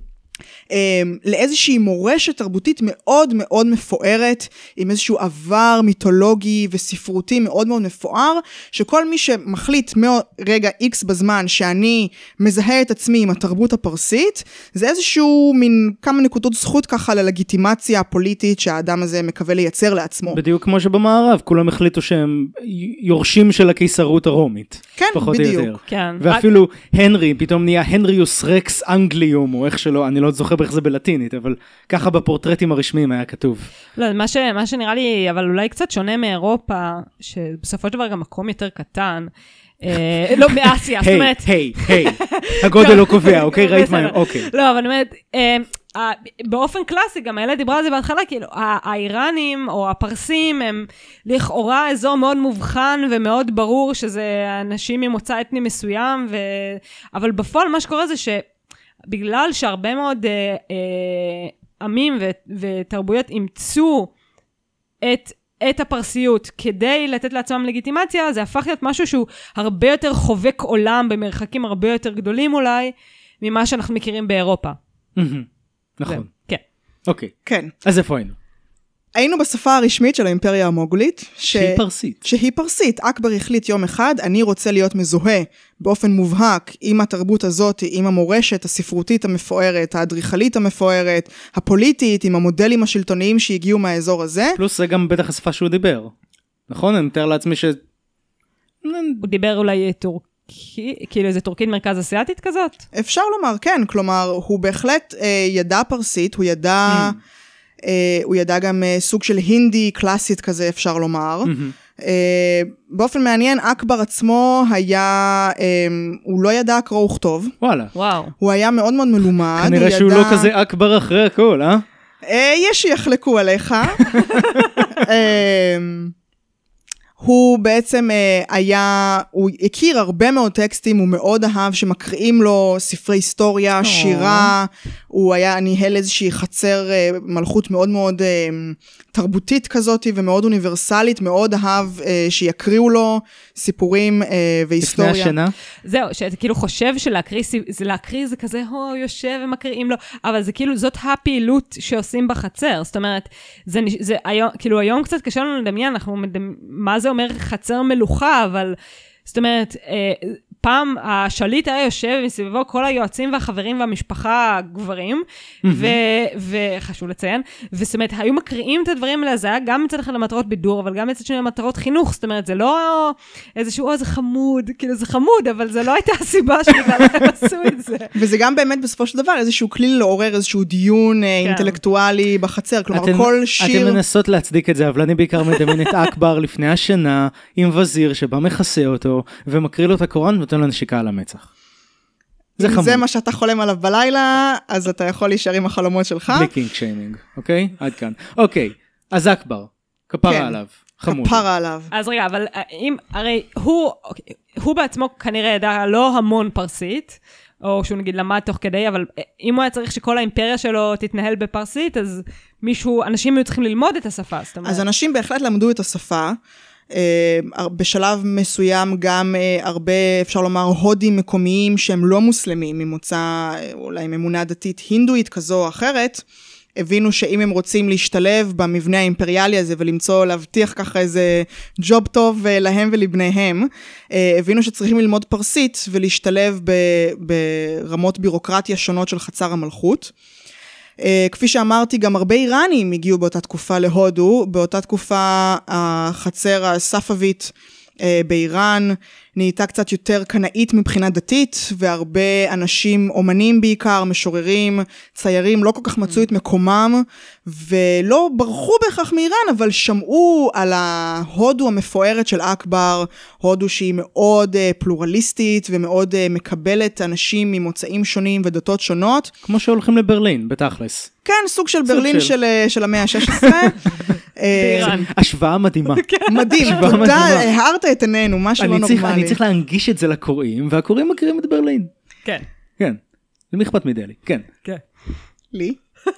לאיזושהי מורשת תרבותית מאוד מאוד מפוארת, עם איזשהו עבר מיתולוגי וספרותי מאוד מאוד מפואר, שכל מי שמחליט מרגע X בזמן שאני מזהה את עצמי עם התרבות הפרסית, זה איזשהו מין כמה נקודות זכות ככה ללגיטימציה הפוליטית שהאדם הזה מקווה לייצר לעצמו. בדיוק כמו שבמערב, כולם החליטו שהם יורשים של הקיסרות הרומית. כן, בדיוק. כן. ואפילו הנרי, פתאום נהיה הנריוס רקס אנגליום, או איך שלא, אני לא זוכר איך זה בלטינית, אבל ככה בפורטרטים הרשמיים היה כתוב. לא, מה, ש, מה שנראה לי, אבל אולי קצת שונה מאירופה, שבסופו של דבר גם מקום יותר קטן, אה, לא, מאסיה, זאת אומרת... היי, היי, הגודל לא קובע, אוקיי? ראית מה? אוקיי. לא, אבל אני אומרת, אה, באופן קלאסי, גם הילד דיברה על זה בהתחלה, כאילו, האיראנים או הפרסים הם לכאורה אזור מאוד מובחן ומאוד ברור שזה אנשים ממוצא אתני מסוים, ו... אבל בפועל מה שקורה זה ש... בגלל שהרבה מאוד אה, אה, עמים ו, ותרבויות אימצו את, את הפרסיות כדי לתת לעצמם לגיטימציה, זה הפך להיות משהו שהוא הרבה יותר חובק עולם במרחקים הרבה יותר גדולים אולי, ממה שאנחנו מכירים באירופה. נכון. כן. אוקיי. כן. אז איפה היינו? היינו בשפה הרשמית של האימפריה המוגולית. ש... שהיא פרסית. שהיא פרסית. אכבר החליט יום אחד, אני רוצה להיות מזוהה באופן מובהק עם התרבות הזאת, עם המורשת הספרותית המפוארת, האדריכלית המפוארת, הפוליטית, עם המודלים השלטוניים שהגיעו מהאזור הזה. פלוס זה גם בטח השפה שהוא דיבר. נכון? אני מתאר לעצמי ש... הוא דיבר אולי טורקי, כאילו איזה טורקית מרכז אסיאטית כזאת? אפשר לומר, כן. כלומר, הוא בהחלט אה, ידע פרסית, הוא ידע... Mm. Uh, הוא ידע גם uh, סוג של הינדי קלאסית כזה, אפשר לומר. Mm-hmm. Uh, באופן מעניין, אכבר עצמו היה, um, הוא לא ידע קרוא וכתוב. וואלה. וואו. הוא היה מאוד מאוד מלומד. כנראה שהוא ידע... לא כזה אכבר אחרי הכל, אה? Uh, יש שיחלקו עליך. uh, הוא בעצם uh, היה, הוא הכיר הרבה מאוד טקסטים, הוא מאוד אהב שמקריאים לו ספרי היסטוריה, שירה, הוא היה ניהל איזושהי חצר uh, מלכות מאוד מאוד uh, תרבותית כזאת ומאוד אוניברסלית, מאוד אהב uh, שיקריאו לו סיפורים uh, והיסטוריה. לפני השנה? זהו, שאתה כאילו חושב שלהקריא זה, להקריא זה כזה, הו, יושב ומקריאים לו, אבל זה כאילו, זאת הפעילות שעושים בחצר, זאת אומרת, זה, זה היום, כאילו היום קצת קשה לנו לדמיין, אנחנו מדמ... מה זה אומר חצר מלוכה, אבל זאת אומרת, אה, פעם השליט היה יושב מסביבו כל היועצים והחברים והמשפחה הגברים, וחשוב לציין, וזאת אומרת, היו מקריאים את הדברים האלה, זה היה גם מצד אחד למטרות בידור, אבל גם מצד שני למטרות חינוך, זאת אומרת, זה לא איזשהו, או, זה חמוד, כאילו זה חמוד, אבל זה לא הייתה הסיבה שבגלל הם עשו את זה. וזה גם באמת בסופו של דבר, איזשהו כלי לעורר איזשהו דיון אינטלקטואלי בחצר, כלומר כל שיר... אתם מנסות להצדיק את זה, אבל אני בעיקר מדמיין את אכבר לפני השנה, עם וזיר שבא מכסה אותו, ומקריא לו את הקוראן, ונותן לו נשיקה על המצח. זה חמוד. אם זה מה שאתה חולם עליו בלילה, אז אתה יכול להישאר עם החלומות שלך. בלי קינג שיימינג, אוקיי? עד כאן. אוקיי, אז אכבר, כפרה עליו. חמוד. כפרה עליו. אז רגע, אבל אם, הרי הוא, הוא בעצמו כנראה ידע לא המון פרסית, או שהוא נגיד למד תוך כדי, אבל אם הוא היה צריך שכל האימפריה שלו תתנהל בפרסית, אז מישהו, אנשים היו צריכים ללמוד את השפה. אז אנשים בהחלט למדו את השפה, בשלב מסוים גם הרבה, אפשר לומר, הודים מקומיים שהם לא מוסלמים, ממוצא אולי ממונה דתית הינדואית כזו או אחרת, הבינו שאם הם רוצים להשתלב במבנה האימפריאלי הזה ולמצוא, להבטיח ככה איזה ג'וב טוב להם ולבניהם, הבינו שצריכים ללמוד פרסית ולהשתלב ברמות בירוקרטיה שונות של חצר המלכות. כפי שאמרתי, גם הרבה איראנים הגיעו באותה תקופה להודו, באותה תקופה החצר הספאבית באיראן נהייתה קצת יותר קנאית מבחינה דתית, והרבה אנשים, אומנים בעיקר, משוררים, ציירים, לא כל כך מצאו את מקומם, ולא ברחו בהכרח מאיראן, אבל שמעו על ההודו המפוארת של אכבר, הודו שהיא מאוד פלורליסטית, ומאוד מקבלת אנשים ממוצאים שונים ודתות שונות. כמו שהולכים לברלין, בתכלס. כן, סוג של ברלין של, של המאה ה-שש עשרה. באיראן. השוואה מדהימה. מדהים, תודה, הערת את עינינו, משהו לא נורמלי. אני צריך להנגיש את זה לקוראים, והקוראים מכירים את ברלין. כן. כן. למי אכפת מדלי, כן. כן. לי?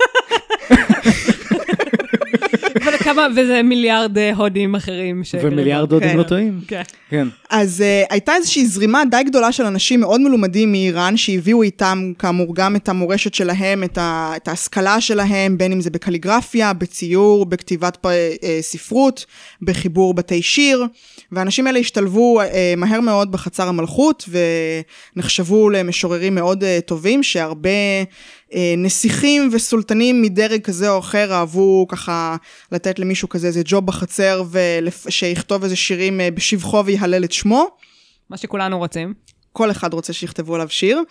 וכמה, וזה מיליארד הודים אחרים. ומיליארד הודים לא טועים. כן. אז הייתה איזושהי זרימה די גדולה של אנשים מאוד מלומדים מאיראן, שהביאו איתם כאמור גם את המורשת שלהם, את ההשכלה שלהם, בין אם זה בקליגרפיה, בציור, בכתיבת ספרות, בחיבור בתי שיר, והאנשים האלה השתלבו מהר מאוד בחצר המלכות, ונחשבו למשוררים מאוד טובים, שהרבה נסיכים וסולטנים מדרג כזה או אחר אהבו ככה לתת למישהו כזה איזה ג'וב בחצר ושיכתוב איזה שירים בשבחו ויהלל את שמו. מה שכולנו רוצים. כל אחד רוצה שיכתבו עליו שיר.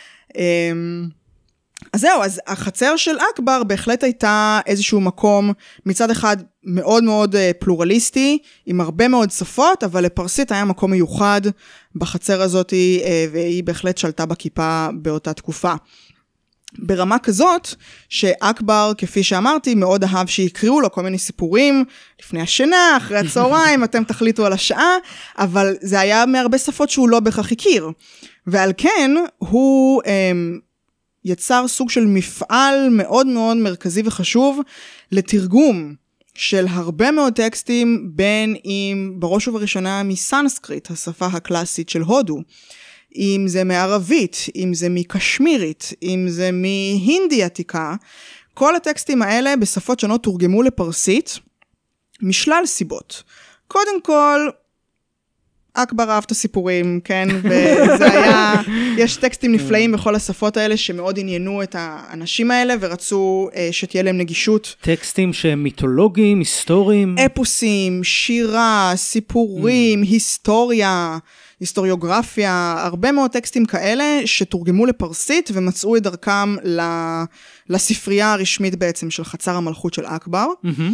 אז זהו, אז החצר של אכבר בהחלט הייתה איזשהו מקום מצד אחד מאוד מאוד פלורליסטי, עם הרבה מאוד שפות, אבל לפרסית היה מקום מיוחד בחצר הזאת, והיא בהחלט שלטה בכיפה באותה תקופה. ברמה כזאת, שאכבר, כפי שאמרתי, מאוד אהב שיקראו לו כל מיני סיפורים, לפני השינה, אחרי הצהריים, אתם תחליטו על השעה, אבל זה היה מהרבה שפות שהוא לא בכך הכיר. ועל כן, הוא אמ, יצר סוג של מפעל מאוד מאוד מרכזי וחשוב, לתרגום של הרבה מאוד טקסטים, בין אם בראש ובראשונה מסנסקריט, השפה הקלאסית של הודו, אם זה מערבית, אם זה מקשמירית, אם זה מהינדי עתיקה, כל הטקסטים האלה בשפות שונות תורגמו לפרסית, משלל סיבות. קודם כל, אכבר אהב את הסיפורים, כן, וזה היה, יש טקסטים נפלאים בכל השפות האלה, שמאוד עניינו את האנשים האלה, ורצו שתהיה להם נגישות. טקסטים שהם מיתולוגיים, היסטוריים. אפוסים, שירה, סיפורים, היסטוריה, היסטוריוגרפיה, הרבה מאוד טקסטים כאלה שתורגמו לפרסית ומצאו את דרכם לספרייה הרשמית בעצם של חצר המלכות של אכבר.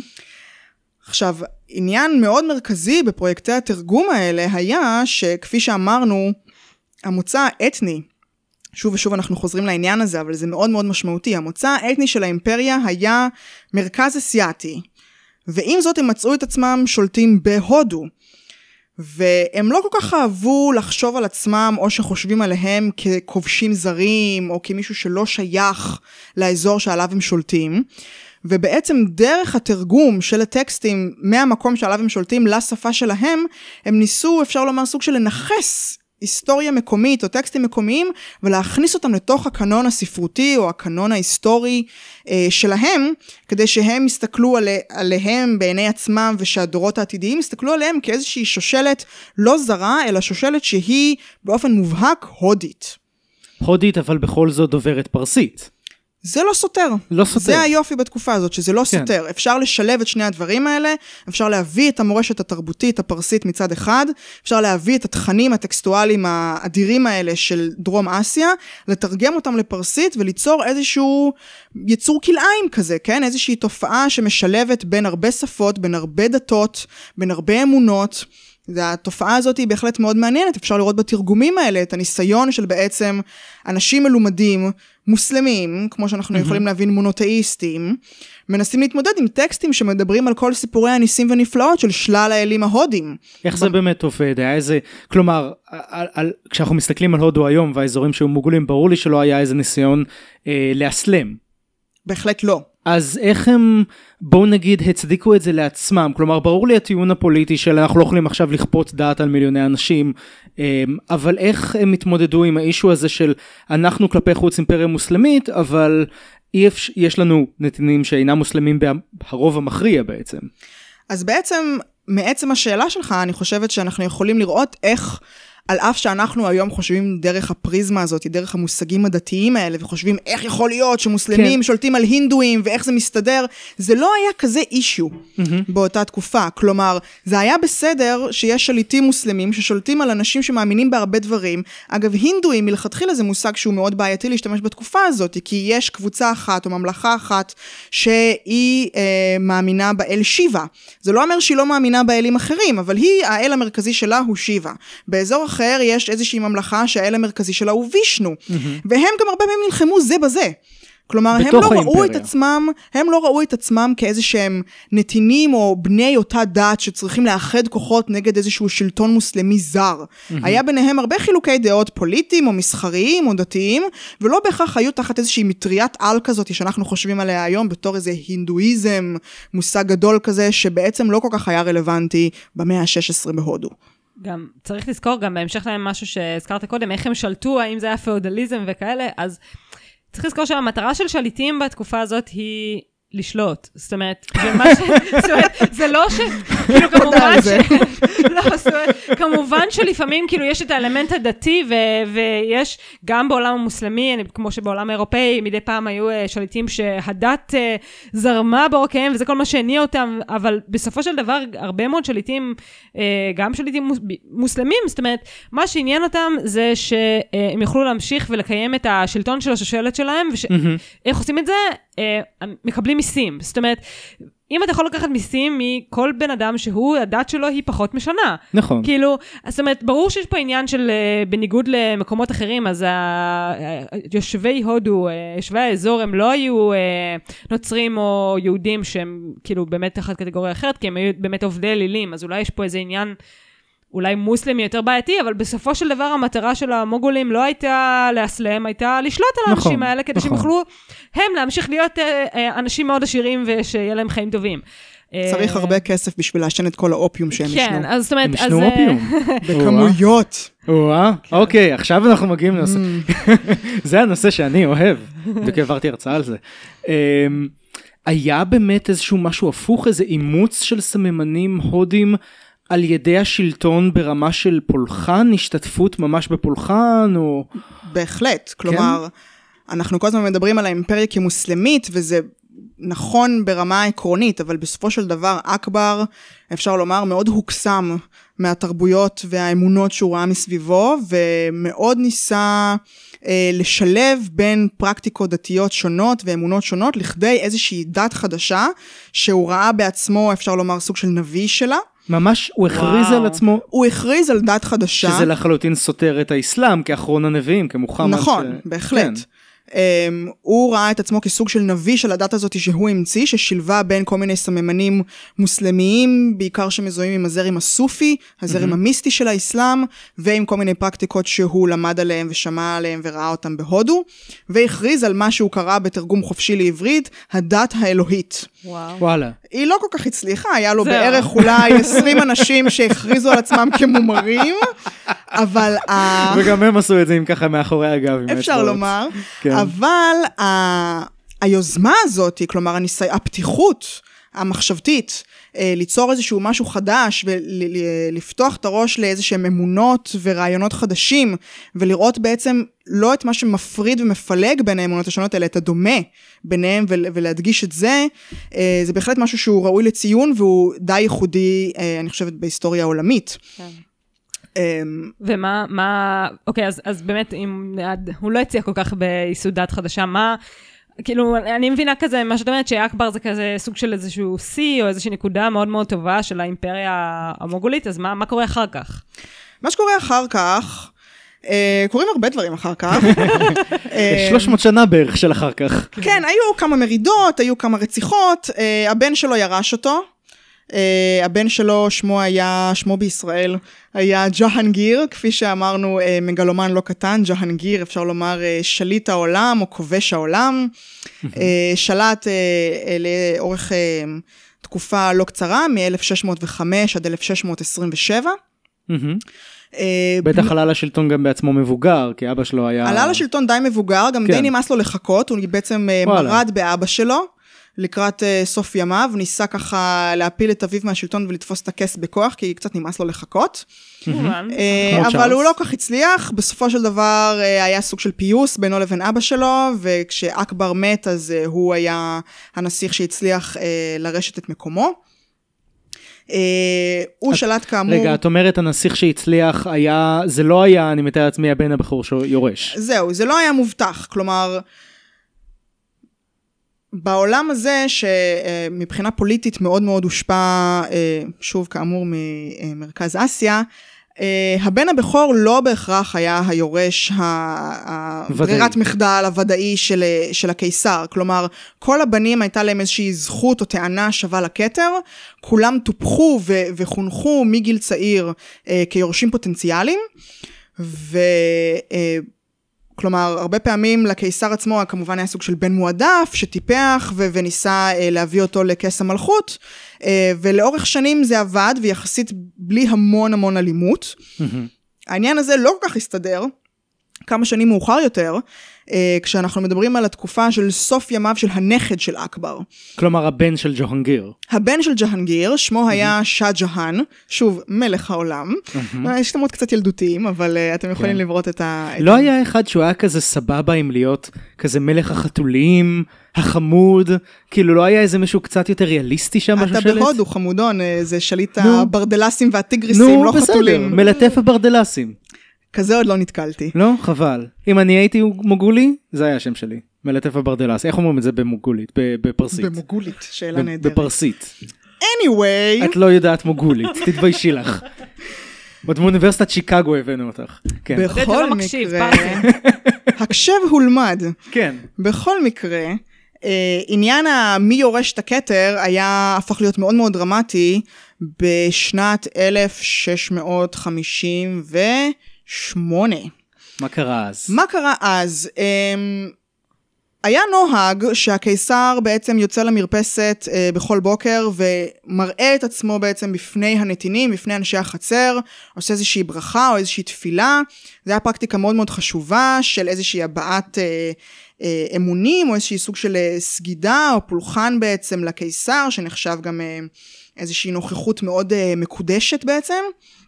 עכשיו, עניין מאוד מרכזי בפרויקטי התרגום האלה היה שכפי שאמרנו, המוצא האתני, שוב ושוב אנחנו חוזרים לעניין הזה, אבל זה מאוד מאוד משמעותי, המוצא האתני של האימפריה היה מרכז אסיאתי, ועם זאת הם מצאו את עצמם שולטים בהודו, והם לא כל כך אהבו לחשוב על עצמם, או שחושבים עליהם ככובשים זרים, או כמישהו שלא שייך לאזור שעליו הם שולטים, ובעצם דרך התרגום של הטקסטים מהמקום שעליו הם שולטים לשפה שלהם, הם ניסו, אפשר לומר, סוג של לנחס היסטוריה מקומית או טקסטים מקומיים, ולהכניס אותם לתוך הקנון הספרותי או הקנון ההיסטורי אה, שלהם, כדי שהם יסתכלו עלי, עליהם בעיני עצמם, ושהדורות העתידיים יסתכלו עליהם כאיזושהי שושלת לא זרה, אלא שושלת שהיא באופן מובהק הודית. הודית, אבל בכל זאת דוברת פרסית. זה לא סותר. לא סותר. זה היופי בתקופה הזאת, שזה לא כן. סותר. אפשר לשלב את שני הדברים האלה, אפשר להביא את המורשת התרבותית הפרסית מצד אחד, אפשר להביא את התכנים הטקסטואליים האדירים האלה של דרום אסיה, לתרגם אותם לפרסית וליצור איזשהו יצור כלאיים כזה, כן? איזושהי תופעה שמשלבת בין הרבה שפות, בין הרבה דתות, בין הרבה אמונות. התופעה הזאת היא בהחלט מאוד מעניינת, אפשר לראות בתרגומים האלה את הניסיון של בעצם אנשים מלומדים, מוסלמים, כמו שאנחנו mm-hmm. יכולים להבין מונותאיסטים, מנסים להתמודד עם טקסטים שמדברים על כל סיפורי הניסים ונפלאות של שלל האלים ההודים. איך זה באמת עובד? היה איזה, כלומר, על, על, כשאנחנו מסתכלים על הודו היום והאזורים שהיו מוגולים, ברור לי שלא היה איזה ניסיון אה, להסלם. בהחלט לא. אז איך הם, בואו נגיד, הצדיקו את זה לעצמם? כלומר, ברור לי הטיעון הפוליטי של אנחנו לא יכולים עכשיו לכפות דעת על מיליוני אנשים, אבל איך הם התמודדו עם האישו הזה של אנחנו כלפי חוץ אימפריה מוסלמית, אבל יש לנו נתינים שאינם מוסלמים ברוב המכריע בעצם. אז בעצם, מעצם השאלה שלך, אני חושבת שאנחנו יכולים לראות איך על אף שאנחנו היום חושבים דרך הפריזמה הזאת, דרך המושגים הדתיים האלה, וחושבים איך יכול להיות שמוסלמים כן. שולטים על הינדואים, ואיך זה מסתדר, זה לא היה כזה אישיו mm-hmm. באותה תקופה. כלומר, זה היה בסדר שיש שליטים מוסלמים ששולטים על אנשים שמאמינים בהרבה דברים. אגב, הינדואים מלכתחילה זה מושג שהוא מאוד בעייתי להשתמש בתקופה הזאת, כי יש קבוצה אחת או ממלכה אחת שהיא אה, מאמינה באל שיבה. זה לא אומר שהיא לא מאמינה באלים אחרים, אבל היא, האל המרכזי שלה הוא שיבה. באזור אחר יש איזושהי ממלכה שהאל המרכזי שלה הוא וישנו, mm-hmm. והם גם הרבה פעמים נלחמו זה בזה. כלומר, הם לא ראו את עצמם, הם לא ראו את עצמם כאיזה שהם נתינים או בני אותה דת שצריכים לאחד כוחות נגד איזשהו שלטון מוסלמי זר. Mm-hmm. היה ביניהם הרבה חילוקי דעות פוליטיים או מסחריים או דתיים, ולא בהכרח היו תחת איזושהי מטריית על כזאת שאנחנו חושבים עליה היום בתור איזה הינדואיזם, מושג גדול כזה שבעצם לא כל כך היה רלוונטי במאה ה-שש עשרה בהודו. גם צריך לזכור גם בהמשך להם משהו שהזכרת קודם, איך הם שלטו, האם זה היה פאודליזם וכאלה, אז צריך לזכור שהמטרה של שליטים בתקופה הזאת היא לשלוט. זאת אומרת, זה לא ש... כאילו כמובן ש... לא, זאת אומרת, כמובן שלפעמים כאילו יש את האלמנט הדתי, ויש גם בעולם המוסלמי, כמו שבעולם האירופאי, מדי פעם היו שליטים שהדת זרמה בעורקיהם, וזה כל מה שהניע אותם, אבל בסופו של דבר, הרבה מאוד שליטים, גם שליטים מוסלמים, זאת אומרת, מה שעניין אותם זה שהם יוכלו להמשיך ולקיים את השלטון של השושלת שלהם, ואיך עושים את זה? מקבלים מיסים. זאת אומרת, אם אתה יכול לקחת מיסים מכל בן אדם שהוא, הדת שלו היא פחות משנה. נכון. כאילו, זאת אומרת, ברור שיש פה עניין של, בניגוד למקומות אחרים, אז יושבי הודו, יושבי האזור, הם לא היו נוצרים או יהודים שהם כאילו באמת תחת קטגוריה אחרת, כי הם היו באמת עובדי אלילים, אז אולי יש פה איזה עניין אולי מוסלמי יותר בעייתי, אבל בסופו של דבר המטרה של המוגולים לא הייתה להסלם, הייתה לשלוט על האנשים נכון, האלה, כדי נכון. שהם יוכלו הם להמשיך להיות אה, אנשים מאוד עשירים ושיהיה להם חיים טובים. צריך אה... הרבה כסף בשביל להשן את כל האופיום שהם כן, ישנו. אז זאת אומרת... הם ישנו אופיום? בכמויות. אוקיי, עכשיו אנחנו מגיעים לנושא. זה הנושא שאני אוהב, וכעברתי הרצאה על זה. היה באמת איזשהו משהו הפוך, איזה אימוץ של סממנים הודים, על ידי השלטון ברמה של פולחן, השתתפות ממש בפולחן, או... בהחלט, כלומר, כן? אנחנו כל הזמן מדברים על האימפריה כמוסלמית, וזה נכון ברמה העקרונית, אבל בסופו של דבר, אכבר, אפשר לומר, מאוד הוקסם מהתרבויות והאמונות שהוא ראה מסביבו, ומאוד ניסה אה, לשלב בין פרקטיקות דתיות שונות ואמונות שונות, לכדי איזושהי דת חדשה, שהוא ראה בעצמו, אפשר לומר, סוג של נביא שלה, ממש הוא הכריז וואו. על עצמו. הוא הכריז על דת חדשה. שזה לחלוטין סותר את האסלאם, כאחרון הנביאים, כמוחמד. נכון, ש... בהחלט. כן. Um, הוא ראה את עצמו כסוג של נביא של הדת הזאת שהוא המציא, ששילבה בין כל מיני סממנים מוסלמיים, בעיקר שמזוהים עם הזרם הסופי, הזרם mm-hmm. המיסטי של האסלאם, ועם כל מיני פרקטיקות שהוא למד עליהם ושמע עליהם וראה אותם בהודו, והכריז על מה שהוא קרא בתרגום חופשי לעברית, הדת האלוהית. וואו. וואלה. היא לא כל כך הצליחה, היה לו בערך אולי עשרים אנשים שהכריזו על עצמם כמומרים, אבל... וגם הם עשו את זה עם ככה מאחורי הגב. אפשר לומר. אבל היוזמה הזאת, כלומר הפתיחות המחשבתית, ליצור איזשהו משהו חדש ולפתוח את הראש לאיזשהם אמונות ורעיונות חדשים, ולראות בעצם לא את מה שמפריד ומפלג בין האמונות השונות, אלא את הדומה ביניהם ולהדגיש את זה, זה בהחלט משהו שהוא ראוי לציון והוא די ייחודי, אני חושבת, בהיסטוריה העולמית. ומה, מה, אוקיי, אז, אז באמת, אם הוא לא הציע כל כך בייסוד דת חדשה, מה, כאילו, אני מבינה כזה, מה שאת אומרת, שאכבר זה כזה סוג של איזשהו סי, או איזושהי נקודה מאוד מאוד טובה של האימפריה המוגולית, אז מה, מה קורה אחר כך? מה שקורה אחר כך, קוראים הרבה דברים אחר כך. שלוש מאות שנה בערך של אחר כך. כן, היו כמה מרידות, היו כמה רציחות, הבן שלו ירש אותו, Uh, הבן שלו, שמו היה, שמו בישראל, היה ג'הנגיר, כפי שאמרנו, uh, מגלומן לא קטן, ג'הנגיר, אפשר לומר, uh, שליט העולם, או כובש העולם, uh, שלט uh, uh, לאורך uh, תקופה לא קצרה, מ-אלף שש מאות וחמש עד אלף שש מאות עשרים ושבע. בטח עלה לשלטון גם בעצמו מבוגר, כי אבא שלו היה... עלה לשלטון די מבוגר, גם די נמאס לו לחכות, הוא בעצם מרד באבא שלו, לקראת סוף ימיו, ניסה ככה להפיל את אביו מהשלטון ולתפוס את הכס בכוח, כי קצת נמאס לו לחכות. אבל הוא לא כך הצליח, בסופו של דבר היה סוג של פיוס בינו לבין אבא שלו, וכשאכבר מת אז הוא היה הנסיך שהצליח לרשת את מקומו. הוא שלט כאמור... רגע, את אומרת הנסיך שהצליח היה, זה לא היה, אני מתאר לעצמי, הבן הבכור שיורש. זהו, זה לא היה מובטח, כלומר... בעולם הזה שמבחינה פוליטית מאוד מאוד הושפע, שוב כאמור ממרכז אסיה, הבן הבכור לא בהכרח היה היורש הברירת מחדל הוודאי של, של הקיסר. כלומר, כל הבנים הייתה להם איזושהי זכות או טענה שווה לכתר, כולם טופחו ו, וחונכו מגיל צעיר כיורשים פוטנציאליים, ו... כלומר, הרבה פעמים לקיסר עצמו, כמובן היה סוג של בן מועדף, שטיפח ו- וניסה אה, להביא אותו לכס המלכות, אה, ולאורך שנים זה עבד, ויחסית בלי המון המון אלימות. Mm-hmm. העניין הזה לא כל כך הסתדר, כמה שנים מאוחר יותר, אה, כשאנחנו מדברים על התקופה של סוף ימיו של הנכד של אכבר. כלומר, הבן של ג'הנגיר. הבן של ג'הנגיר, שמו mm-hmm. היה שאה ג'האן, שוב, מלך העולם. Mm-hmm. יש שמות קצת ילדותיים, אבל uh, אתם יכולים כן. לבראות את ה... לא את היה ה... אחד שהוא היה כזה סבבה עם להיות כזה מלך החתולים, החמוד, כאילו לא היה איזה מישהו קצת יותר ריאליסטי שם, משהו שלט? אתה בהודו, חמודון, זה שליט נו. הברדלסים והטיגריסים, נו, לא בסדר. חתולים. מלטף הברדלסים. כזה עוד לא נתקלתי. לא? חבל. אם אני הייתי מוגולי, זה היה השם שלי. מלטף הברדלס. איך אומרים את זה במוגולית? בפרסית. במוגולית, שאלה נהדרת. בפרסית. anyway. את לא יודעת מוגולית, תתביישי לך. עוד מאוניברסיטת שיקגו הבאנו אותך. כן. בכל מקרה, הקשב הולמד. כן. בכל מקרה, עניין מי יורש את הכתר היה הפך להיות מאוד מאוד דרמטי בשנת אלף שש מאות חמישים ושמונה. מה קרה אז? מה קרה אז? היה נוהג שהקיסר בעצם יוצא למרפסת אה, בכל בוקר ומראה את עצמו בעצם בפני הנתינים, בפני אנשי החצר, עושה איזושהי ברכה או איזושהי תפילה. זה היה פרקטיקה מאוד מאוד חשובה של איזושהי הבעת אה, אה, אמונים או איזושהי סוג של אה, סגידה או פולחן בעצם לקיסר, שנחשב גם אה, איזושהי נוכחות מאוד אה, מקודשת בעצם.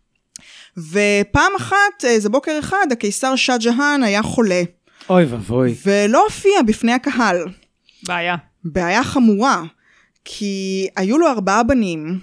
ופעם אחת, איזה בוקר אחד, הקיסר שאה ג'האן היה חולה. אוי ובוי. ולא הופיע בפני הקהל. בעיה. בעיה חמורה, כי היו לו ארבעה בנים,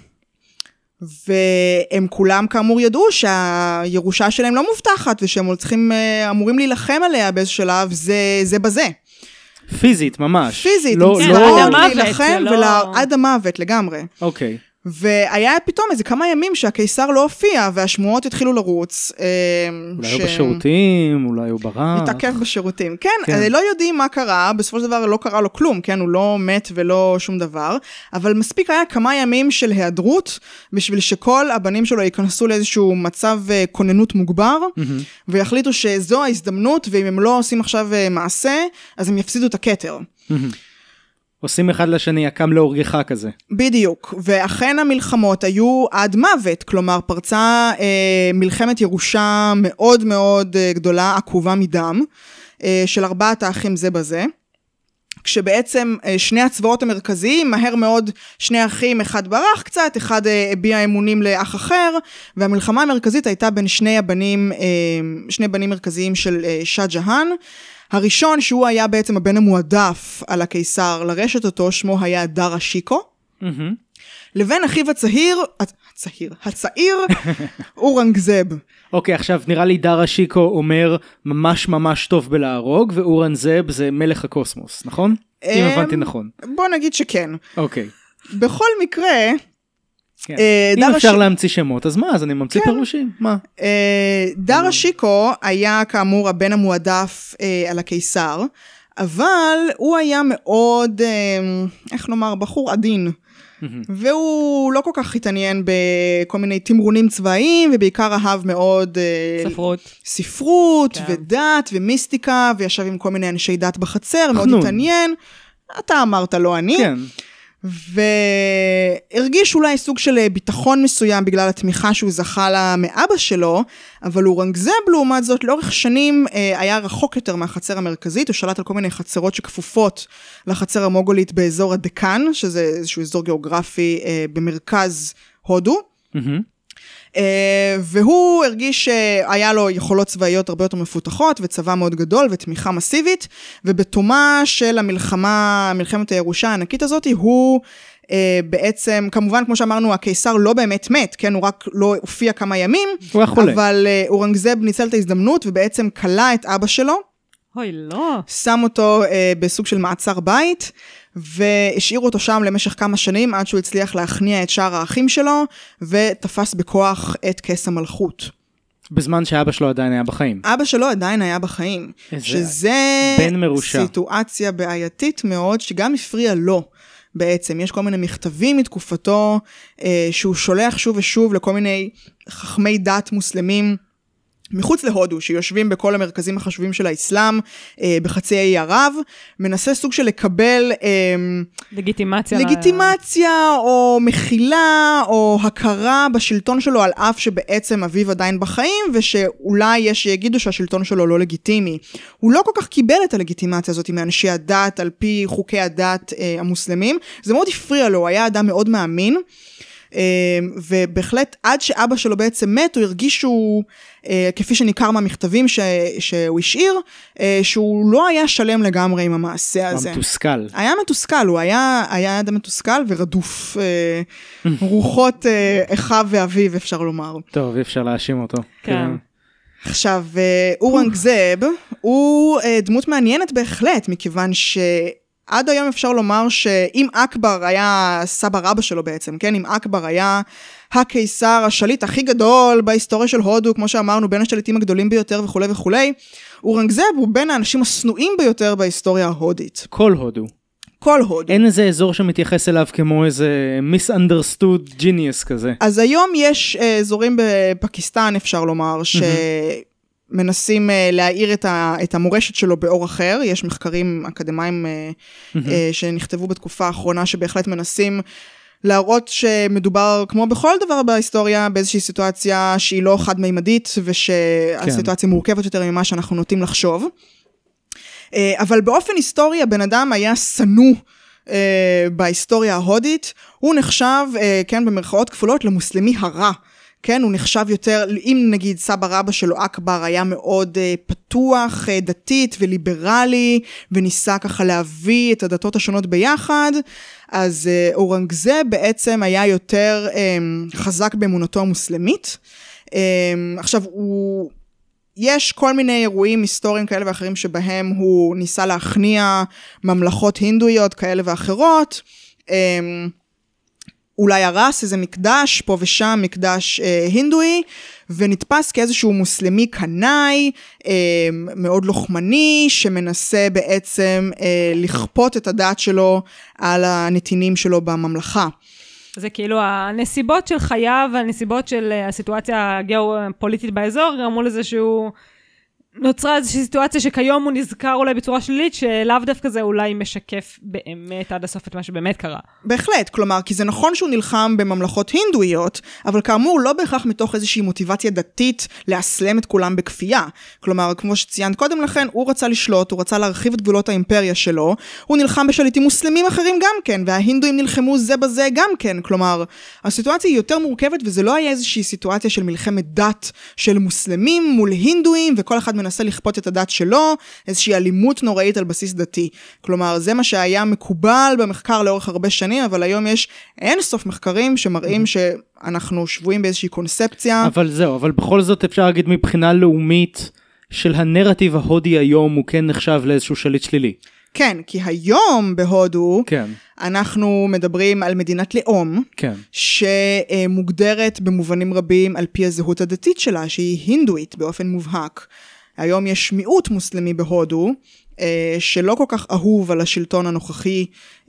והם כולם כאמור ידעו שהירושה שלהם לא מובטחת, ושהם צריכים, אמורים להילחם עליה באיזה שלב, זה, זה בזה. פיזית, ממש. פיזית, לא, כן, לא... עד המוות, להילחם לא... ועד המוות לגמרי. אוקיי. והיה פתאום איזה כמה ימים שהקיסר לא הופיע, והשמועות התחילו לרוץ. אולי ש... הוא בשירותים, אולי הוא ברח. מתעכב בשירותים. כן, כן. לא יודעים מה קרה, בסופו של דבר לא קרה לו כלום, כן, הוא לא מת ולא שום דבר, אבל מספיק היה כמה ימים של היעדרות, בשביל שכל הבנים שלו ייכנסו לאיזשהו מצב כוננות מוגבר, mm-hmm. ויחליטו שזו ההזדמנות, ואם הם לא עושים עכשיו מעשה, אז הם יפסידו את הכתר. Mm-hmm. עושים אחד לשני, הקם להורגך כזה. בדיוק, ואכן המלחמות היו עד מוות, כלומר פרצה אה, מלחמת ירושה מאוד מאוד אה, גדולה, עקובה מדם, אה, של ארבעת האחים זה בזה, כשבעצם אה, שני הצבאות המרכזיים, מהר מאוד שני אחים, אחד ברח קצת, אחד אה, הביע אמונים לאח אחר, והמלחמה המרכזית הייתה בין שני הבנים, אה, שני בנים מרכזיים של אה, שאה ג'האן, הראשון שהוא היה בעצם הבן המועדף על הקיסר לרשת אותו, שמו היה דארה שיקו, mm-hmm. לבין אחיו הצעיר, הצעיר, הצעיר, אורנגזב. אוקיי, עכשיו נראה לי דארה שיקו אומר ממש ממש טוב בלהרוג, ואורנגזב זה מלך הקוסמוס, נכון? אם הבנתי נכון. בוא נגיד שכן. אוקיי. בכל מקרה, כן. אם אפשר להמציא שמות, אז מה? אז אני ממציא פירושים. מה? דארה שיקו היה כאמור הבן המועדף על הקיסר, אבל הוא היה מאוד, איך נאמר, בחור עדין. והוא לא כל כך התעניין בכל מיני תמרונים צבאיים, ובעיקר אהב מאוד ספרות, ספרות ודת ומיסטיקה, וישב עם כל מיני אנשי דת בחצר, מאוד התעניין. אתה אמרת לא אני. כן. והרגיש אולי סוג של ביטחון מסוים בגלל התמיכה שהוא זכה לה מאבא שלו, אבל אורנגזב לעומת זאת לאורך שנים היה רחוק יותר מהחצר המרכזית, הוא שלט על כל מיני חצרות שכפופות לחצר המוגולית באזור הדקן, שזה איזשהו אזור גיאוגרפי במרכז הודו, והוא הרגיש שהיה לו יכולות צבאיות הרבה יותר מפותחות וצבא מאוד גדול ותמיכה מסיבית, ובתומה של המלחמה, מלחמת הירושה הענקית הזאת, הוא בעצם, כמובן כמו שאמרנו, הקיסר לא באמת מת, כן, הוא רק לא הופיע כמה ימים, אבל אורנגזב ניצל את ההזדמנות ובעצם קלה את אבא שלו, אוי לא. שם אותו בסוג של מעצר בית, והשאיר אותו שם למשך כמה שנים, עד שהוא הצליח להכניע את שאר האחים שלו, ותפס בכוח את כס המלכות. בזמן שאבא שלו עדיין היה בחיים. אבא שלו עדיין היה בחיים. שזה בן מרושע. סיטואציה בעייתית מאוד, שגם הפריע לו. בעצם, יש כל מיני מכתבים מתקופתו, שהוא שולח שוב ושוב לכל מיני חכמי דת מוסלמים, מחוץ להודו, שיושבים בכל המרכזים החשובים של האסלאם, אה, בחצי האי ערב, מנסה סוג של לקבל אה, לגיטימציה, לגיטימציה ל... או מחילה, או הכרה בשלטון שלו, על אף שבעצם אביו עדיין בחיים, ושאולי יש שיגידו שהשלטון שלו לא לגיטימי. הוא לא כל כך קיבל את הלגיטימציה הזאת מאנשי הדת, על פי חוקי הדת אה, המוסלמים. זה מאוד הפריע לו, היה אדם מאוד מאמין, ובהחלט עד שאבא שלו בעצם מת, הוא הרגיש שהוא, כפי שניכר מהמכתבים ש, שהוא השאיר, שהוא לא היה שלם לגמרי עם המעשה הזה. הוא מתוסכל. היה מתוסכל, הוא היה, היה אדם מתוסכל ורדוף רוחות אחיו ואביו, אפשר לומר. טוב, אפשר להאשים אותו. כן. עכשיו, אורנגזב הוא דמות מעניינת בהחלט, מכיוון ש... עד היום אפשר לומר שאם אכבר היה סבא רבא שלו בעצם, כן? אם אכבר היה הקיסר, השליט הכי גדול בהיסטוריה של הודו, כמו שאמרנו, בין השליטים הגדולים ביותר וכו' וכו', אורנגזב הוא בין האנשים השנואים ביותר בהיסטוריה ההודית. כל הודו. כל הודו. אין איזה אזור שמתייחס אליו כמו איזה misunderstood genius כזה. אז היום יש אזורים בפקיסטן, אפשר לומר, ש... מנסים uh, להאיר את, ה, את המורשת שלו באור אחר, יש מחקרים אקדמיים uh, mm-hmm. uh, שנכתבו בתקופה האחרונה, שבהחלט מנסים להראות שמדובר, כמו בכל דבר בהיסטוריה, באיזושהי סיטואציה שהיא לא חד-מימדית, ושהסיטואציה כן. מורכבת יותר ממה שאנחנו נוטים לחשוב. Uh, אבל באופן היסטורי, הבן אדם היה סנוע uh, בהיסטוריה ההודית, הוא נחשב, uh, כן, במרכאות כפולות, למוסלמי הרע, כן, הוא נחשב יותר, אם נגיד סבא רבא שלו אכבר היה מאוד uh, פתוח, uh, דתית וליברלי, וניסה ככה להביא את הדתות השונות ביחד, אז uh, אורנגזב בעצם היה יותר um, חזק באמונתו המוסלמית. Um, עכשיו, הוא... יש כל מיני אירועים היסטוריים כאלה ואחרים שבהם הוא ניסה להכניע ממלכות הינדואיות כאלה ואחרות, um, אולי הרס איזה מקדש, פה ושם מקדש אה, הינדואי, ונתפס כאיזשהו מוסלמי קנאי, אה, מאוד לוחמני, שמנסה בעצם אה, לכפות את הדת שלו על הנתינים שלו בממלכה. זה כאילו הנסיבות של חייו, הנסיבות של הסיטואציה הגיאופוליטית באזור, גרמו לזה שהוא... נוצרה איזושהי סיטואציה שכיום הוא נזכר אולי בצורה שלילית, שלאו דווקא זה אולי משקף באמת עד הסוף את מה שבאמת קרה. בהחלט, כלומר, כי זה נכון שהוא נלחם בממלכות הינדואיות, אבל כאמור לא בהכרח מתוך איזושהי מוטיבציה דתית להסלם את כולם בכפייה. כלומר, כמו שציינת קודם לכן, הוא רצה לשלוט, הוא רצה להרחיב את גבולות האימפריה שלו, הוא נלחם בשליטים מוסלמים אחרים גם כן, וההינדואים נלחמו זה בזה גם כן. כלומר, הסיטואציה היא יותר מורכבת, וזה לא היה איזושהי סיטואציה של מלחמת דת של מוסלמים מול הינדואים, וכל אחד מנסה לכפות את הדת שלו, איזושהי אלימות נוראית על בסיס דתי. כלומר, זה מה שהיה מקובל במחקר לאורך הרבה שנים, אבל היום יש אין סוף מחקרים שמראים שאנחנו שבויים באיזושהי קונספציה. אבל זהו, אבל בכל זאת אפשר להגיד מבחינה לאומית של הנרטיב ההודי היום, הוא כן נחשב לאיזשהו שליט שלילי. כן, כי היום בהודו, כן. אנחנו מדברים על מדינת לאום, כן. שמוגדרת במובנים רבים על פי הזהות הדתית שלה, שהיא הינדואית באופן מובהק. היום יש מיעוט מוסלמי בהודו, שלא כל כך אהוב על השלטון הנוכחי,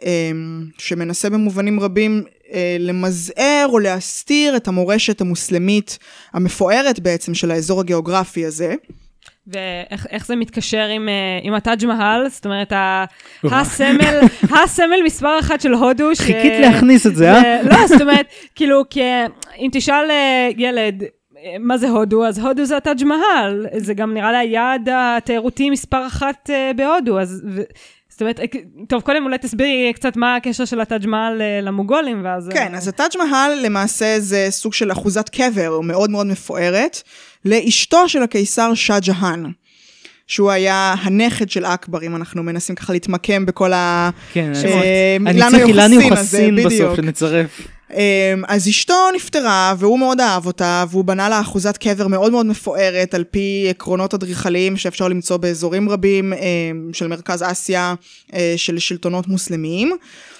שמנסה במובנים רבים למזער או להסתיר את המורשת המוסלמית המפוארת בעצם של האזור הגיאוגרפי הזה. ואיך זה מתקשר עם, עם הטאג' מהל, זאת אומרת, הסמל, הסמל מספר אחת של הודו. חיכית להכניס את זה, אה? לא, זאת אומרת, כאילו, אם תשאל ילד, מה זה הודו? אז הודו זה הטאג' מהל, זה גם נראה לי היעד התיירותי מספר אחת בהודו, אז... זאת אומרת, טוב, קודם אולי תסבירי קצת מה הקשר של הטאג' מהל למוגולים, ואז... כן, אז הטאג' מהל למעשה זה סוג של אחוזת קבר מאוד מאוד מפוארת, לאשתו של הקיסר שאה ג'האן, שהוא היה הנכד של אכבר, אם אנחנו מנסים ככה להתמקם בכל ה... כן, אני צריך אילני יוחסין בסוף, שנצרף. אז אשתו נפטרה, והוא מאוד אהב אותה, והוא בנה לה אחוזת קבר מאוד מאוד מפוארת, על פי עקרונות אדריכליים שאפשר למצוא באזורים רבים של מרכז אסיה, של שלטונות מוסלמיים.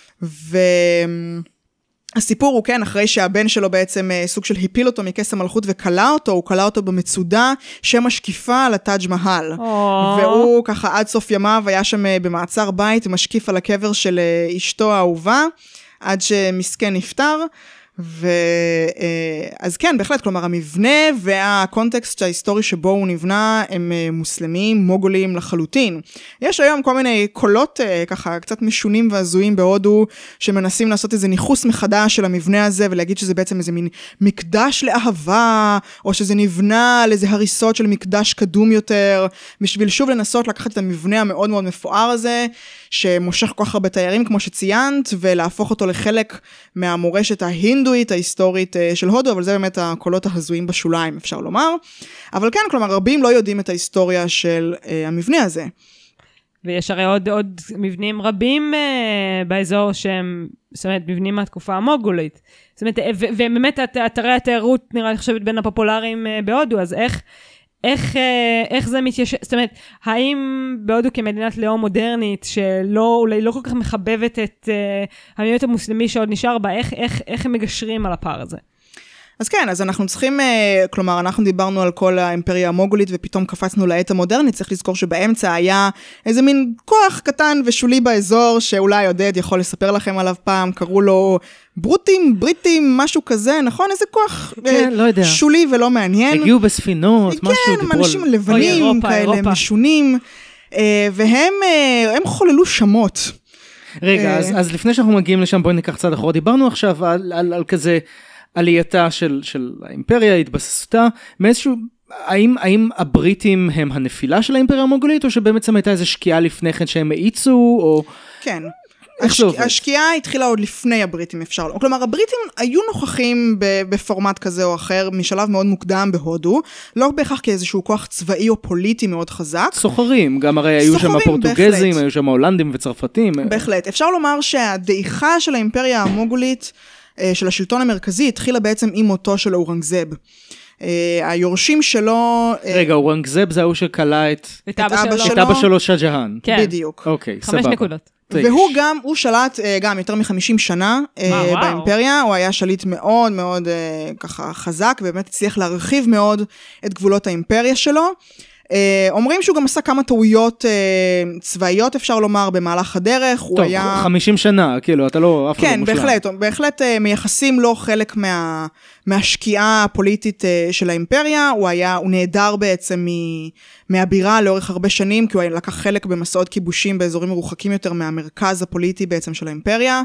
והסיפור הוא כן, אחרי שהבן שלו בעצם סוג של הפיל אותו מכס המלכות וקלה אותו, הוא קלה אותו במצודה שמשקיפה על הטאג' מהל. והוא ככה עד סוף ימיו היה שם במעצר בית, משקיף על הקבר של אשתו האהובה, עד שמסכן נפטר, ואז כן, בהחלט, כלומר, המבנה והקונטקסט ההיסטורי שבו הוא נבנה, הם מוסלמים, מוגולים לחלוטין. יש היום כל מיני קולות ככה, קצת משונים והזויים בהודו, שמנסים לעשות איזה ניחוס מחדש של המבנה הזה, ולהגיד שזה בעצם איזה מין מקדש לאהבה, או שזה נבנה על איזה הריסות של מקדש קדום יותר, בשביל שוב לנסות לקחת את המבנה המאוד מאוד מפואר הזה, שמושך כל כך הרבה תיירים, כמו שציינת, ולהפוך אותו לחלק מהמורשת ההינדואית, ההיסטורית של הודו, אבל זה באמת הקולות ההזויים בשוליים, אפשר לומר. אבל כן, כלומר, רבים לא יודעים את ההיסטוריה של uh, המבנה הזה. ויש הרי עוד, עוד מבנים רבים uh, באזור שהם, זאת אומרת, מבנים מהתקופה המוגולית. זאת אומרת, ו- ובאמת, אתרי התיירות נראה לי חושבת בין הפופולריים uh, בהודו, אז איך... איך, איך זה מתיישב, זאת אומרת, האם בהודו כמדינת לאום מודרנית, שלא, אולי לא כל כך מחבבת את uh, המיעוט המוסלמי שעוד נשאר בה, איך, איך, איך הם מגשרים על הפער הזה? אז כן, אז אנחנו צריכים, כלומר, אנחנו דיברנו על כל האימפריה המוגולית, ופתאום קפצנו לעת המודרנית, צריך לזכור שבאמצע היה איזה מין כוח קטן ושולי באזור, שאולי עודד יכול לספר לכם עליו פעם, קראו לו ברוטים, בריטים, משהו כזה, נכון? איזה כוח כן, לא יודע. שולי ולא מעניין. הגיעו בספינות, כן, משהו. כן, אנשים לבנים אירופה, כאלה, אירופה. משונים, והם הם חוללו שמות. רגע, אז, אז לפני שאנחנו מגיעים לשם, בואי ניקח צעד אחורה, דיברנו עכשיו על, על, על כזה... עלייתה של, של האימפריה, התבססותה, מאיזשהו, האם, האם הבריטים הם הנפילה של האימפריה המוגולית, או שבאמצע הייתה איזו שקיעה לפני כן שהם מאיצו, או... כן. השק... השקיעה התחילה עוד לפני הבריטים, אפשר לומר. כלומר, הבריטים היו נוכחים בפורמט כזה או אחר, משלב מאוד מוקדם בהודו, לא בהכרח כאיזשהו כוח צבאי או פוליטי מאוד חזק. סוחרים, גם הרי היו שם הפורטוגזים, בהחלט. היו שם הולנדים וצרפתים. בהחלט. אפשר לומר שהדעיכה של האימפריה המוגולית, של השלטון המרכזי, התחילה בעצם עם מותו של אורנגזב. היורשים שלו... רגע, אורנגזב זה הוא שקלה את... את אבא שלו. את אבא שלו שאה ג'האן. כן. בדיוק. אוקיי, סבבה. חמש נקודות. והוא גם, הוא שלט גם יותר מ-חמישים שנה באימפריה, הוא היה שליט מאוד מאוד ככה חזק, ובאמת הצליח להרחיב מאוד את גבולות האימפריה שלו. אומרים שהוא גם עשה כמה טעויות צבאיות, אפשר לומר, במהלך הדרך. טוב, חמישים שנה, כאילו, אתה לא, אף אחד לא מושלם. כן, בהחלט, בהחלט מייחסים לו חלק מה, מהשקיעה הפוליטית של האימפריה, הוא היה, הוא נהדר בעצם מהבירה לאורך הרבה שנים, כי הוא לקח חלק במסעות כיבושים באזורים מרוחקים יותר מהמרכז הפוליטי בעצם של האימפריה,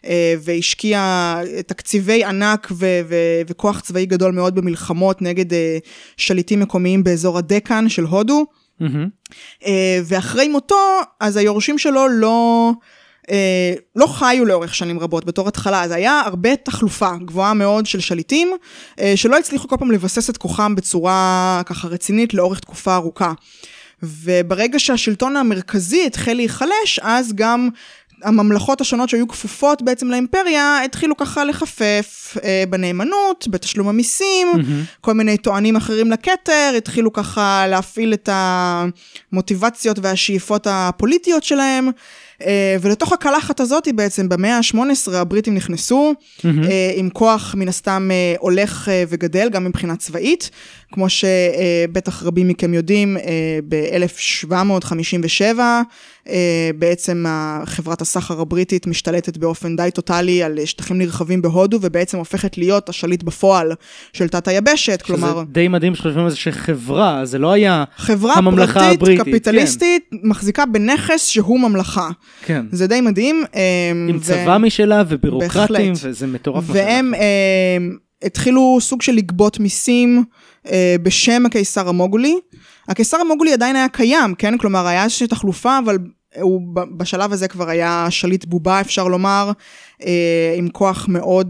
והשקיע תקציבי ענק ו- ו- וכוח צבאי גדול מאוד במלחמות נגד שליטים מקומיים באזור הדקן של הודו. Mm-hmm. ואחרי מותו, אז היורשים שלו לא, לא חיו לאורך שנים רבות בתור התחלה, אז היה הרבה תחלופה גבוהה מאוד של שליטים, שלא הצליחו כל פעם לבסס את כוחם בצורה ככה רצינית לאורך תקופה ארוכה. וברגע שהשלטון המרכזי התחיל להיחלש, אז גם הממלכות השונות שהיו כפופות בעצם לאימפריה, התחילו ככה לחפף אה, בנאמנות, בתשלום המיסים, mm-hmm. כל מיני טוענים אחרים לכתר, התחילו ככה להפעיל את המוטיבציות והשאיפות הפוליטיות שלהם, ולתוך הקלחת הזאת בעצם במאה ה-שמונה עשרה הבריטים נכנסו, עם כוח מן הסתם הולך וגדל, גם מבחינה צבאית, כמו שבטח רבים מכם יודעים, ב-אלף שבע מאות חמישים ושבע, בעצם חברת הסחר הבריטית משתלטת באופן די טוטלי על שטחים נרחבים בהודו, ובעצם הופכת להיות השליט בפועל של תת היבשת, כלומר... שזה די מדהים שחושבים על זה שחברה, זה לא היה חברה הממלכה פרטית, הבריטית. קפיטליסטית, כן. מחזיקה בנכס שהוא ממלכה. כן. זה די מדהים. עם ו... צבא משלה ובירוקרטים, וזה מטורף. והם התחילו סוג של לגבות מיסים בשם הקיסר המוגולי. הקיסר המוגולי עדיין היה קיים, כן? כלומר, היה איזושהי תחלופה, אבל הוא בשלב הזה כבר היה שליט בובה, אפשר לומר, עם כוח מאוד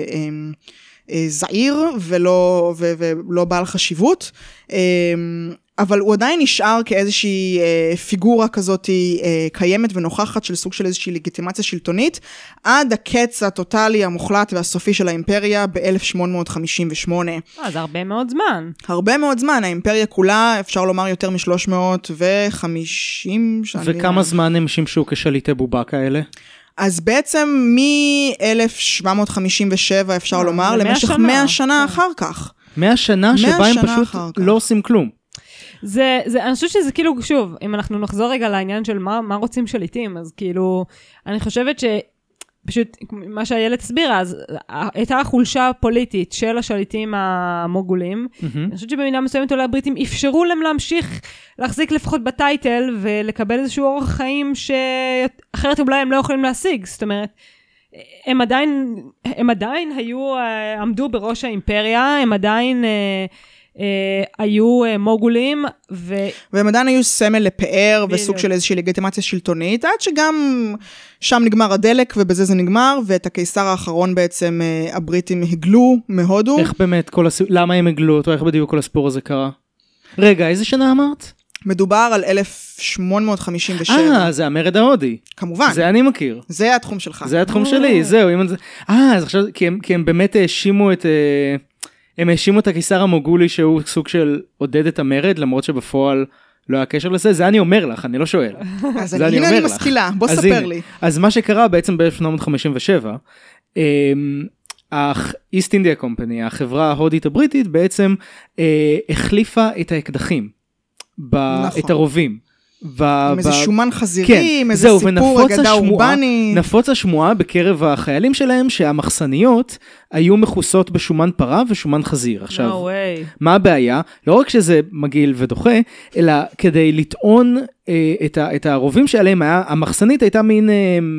זעיר ולא, ולא בעל חשיבות. אבל הוא עדיין נשאר כאיזושהי אה, פיגורה כזאת אה, קיימת ונוכחת של סוג של איזושהי לגיטימציה שלטונית, עד הקץ הטוטלי המוחלט והסופי של האימפריה ב-אלף שמונה מאות חמישים ושמונה. אה, זה הרבה מאוד זמן. הרבה מאוד זמן, האימפריה כולה, אפשר לומר יותר מ-שלוש מאות וחמישים שנים. וכמה זמן הם שימשו כשליטי בובה כאלה? אז בעצם מ-אלף שבע מאות חמישים ושבע אפשר לומר, למשך מאה שנה אחר כך. מאה שנה שבה הם פשוט לא עושים כלום. זה, זה, אני חושבת שזה כאילו, שוב, אם אנחנו נחזור רגע לעניין של מה, מה רוצים שליטים, אז כאילו, אני חושבת שפשוט, מה שהילד הסבירה, אז הייתה החולשה הפוליטית של השליטים המוגולים, mm-hmm. אני חושבת שבמידה מסוימת אולי הבריטים אפשרו להם להמשיך להחזיק לפחות בטייטל, ולקבל איזשהו אורח חיים שאחרת אולי הם לא יכולים להשיג, זאת אומרת, הם עדיין, הם עדיין היו, עמדו בראש האימפריה, הם עדיין... Uh, היו uh, מוגולים, ו... והם עדיין היו סמל לפאר, וסוג של איזושהי לגיטימציה שלטונית, עד שגם שם נגמר הדלק, ובזה זה נגמר, ואת הקיסר האחרון בעצם uh, הבריטים הגלו מהודו. איך באמת, כל הס... למה הם הגלו אותו? איך בדיוק כל הסיפור הזה קרה? רגע, איזה שנה אמרת? מדובר על אלף שמונה מאות חמישים ושבע. אה, זה המרד ההודי. כמובן. זה אני מכיר. זה התחום שלך. זה התחום שלי, זהו. אה, אז עכשיו, כי הם, כי הם באמת האשימו את... הם האשימו את הקיסר המוגולי שהוא סוג של עודד את המרד, למרות שבפועל לא היה קשר לזה, זה אני אומר לך, אני לא שואל. אז הנה אני משכילה, בוא ספר לי. אז מה שקרה בעצם ב-אלף שמונה מאות חמישים ושבע, ה-East India Company, החברה ההודית הבריטית, בעצם החליפה את האקדחים, את הרובים. עם איזה שומן חזירים, איזה סיפור, אגדה אורבני. נפוץ השמועה בקרב החיילים שלהם שהמחסניות היו מכוסות בשומן פרה ושומן חזיר. עכשיו, מה הבעיה? לא רק שזה מגעיל ודוחה, אלא כדי לטעון את הרובים שעליהם, המחסנית הייתה מין,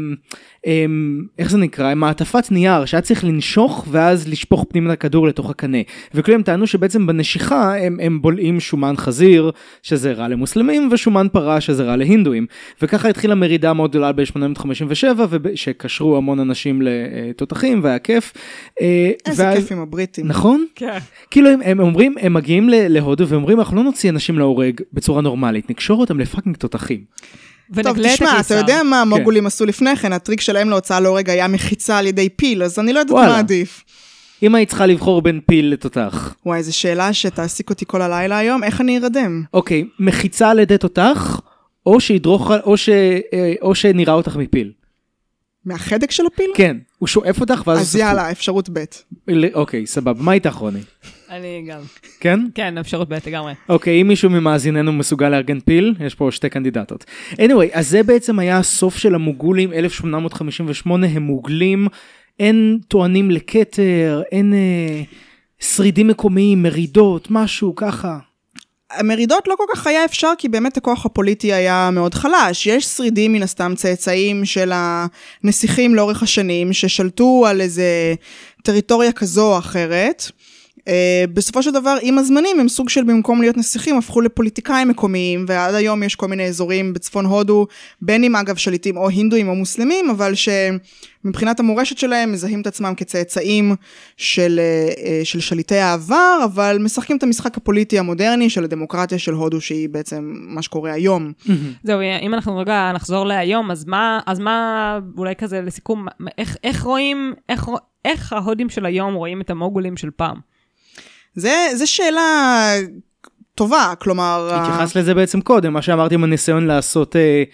איך זה נקרא, מעטפת נייר, שהיה צריך לנשוך ואז לשפוך פנים לכדור לתוך הקנה. וכלי הם טענו שבעצם בנשיכה הם בולעים שומן חזיר, שזה רע למוסלמים, ושומן פרה, שזה רע להינדואים. וככה התחילה מרידה מאוד גדולה ב-אלף שמונה מאות חמישים ושבע, שקשרו המון אנשים לתותחים, והיה כיף. איזה כיף עם הבריטים. נכון? כן. כאילו הם אומרים, הם מגיעים להודו, ואומרים, אנחנו לא נוציא אנשים להורג בצורה נורמלית, נקשור אותם לפאקינג תותחים. טוב, תשמע, אתה יודע מה המוגולים עשו לפני כן, הטריק שלהם להוצאה להורג היה מחיצה על ידי פיל, אז אני לא יודעת מה עדיף. אם היית צריכה לבחור בין פיל לתותח. וואי, זו שאלה שתעסיק אותי כל הלילה היום, איך אני ארדם? אוקיי, מחיצה על ידי תותח, או שידרוך, או שנראה אותך מפיל. מהחדק של הפיל? כן, הוא שואף אותך ואז... אז יאללה, אפשרות ב'. אוקיי, סבבה, מה איתך רוני? אני גם. כן? כן, אפשרות ב' לגמרי. אוקיי, אם מישהו ממאזיננו מסוגל לארגן פיל, יש פה שתי קנדידטות. anyway, אז זה בעצם היה הסוף של המוגולים, אלף שמונה מאות חמישים ושמונה, הם מוגלים, אין טוענים לקטר, אין אה, שרידים מקומיים, מרידות, משהו, ככה. המרידות לא כל כך היה אפשר, כי באמת הכוח הפוליטי היה מאוד חלש. יש שרידים מן הסתם צאצאים של הנסיכים לאורך השנים, ששלטו על איזה טריטוריה כזו או אחרת. בסופו של דבר, עם הזמנים, הם סוג של במקום להיות נסיכים, הפכו לפוליטיקאים מקומיים, ועד היום יש כל מיני אזורים בצפון הודו, בין אם אגב שליטים או הינדואים או מוסלמים, אבל שמבחינת המורשת שלהם, מזהים את עצמם כצאצאים של, של שליטי העבר, אבל משחקים את המשחק הפוליטי המודרני של הדמוקרטיה של הודו, שהיא בעצם מה שקורה היום. זהו, אם אנחנו רגע נחזור להיום, אז מה, אז מה אולי כזה לסיכום, איך, איך רואים, איך, איך ההודים של היום רואים את המוגולים של פעם? זה, זה שאלה טובה, כלומר... התייחס לזה בעצם קודם, מה שאמרתי עם הניסיון לעשות אה,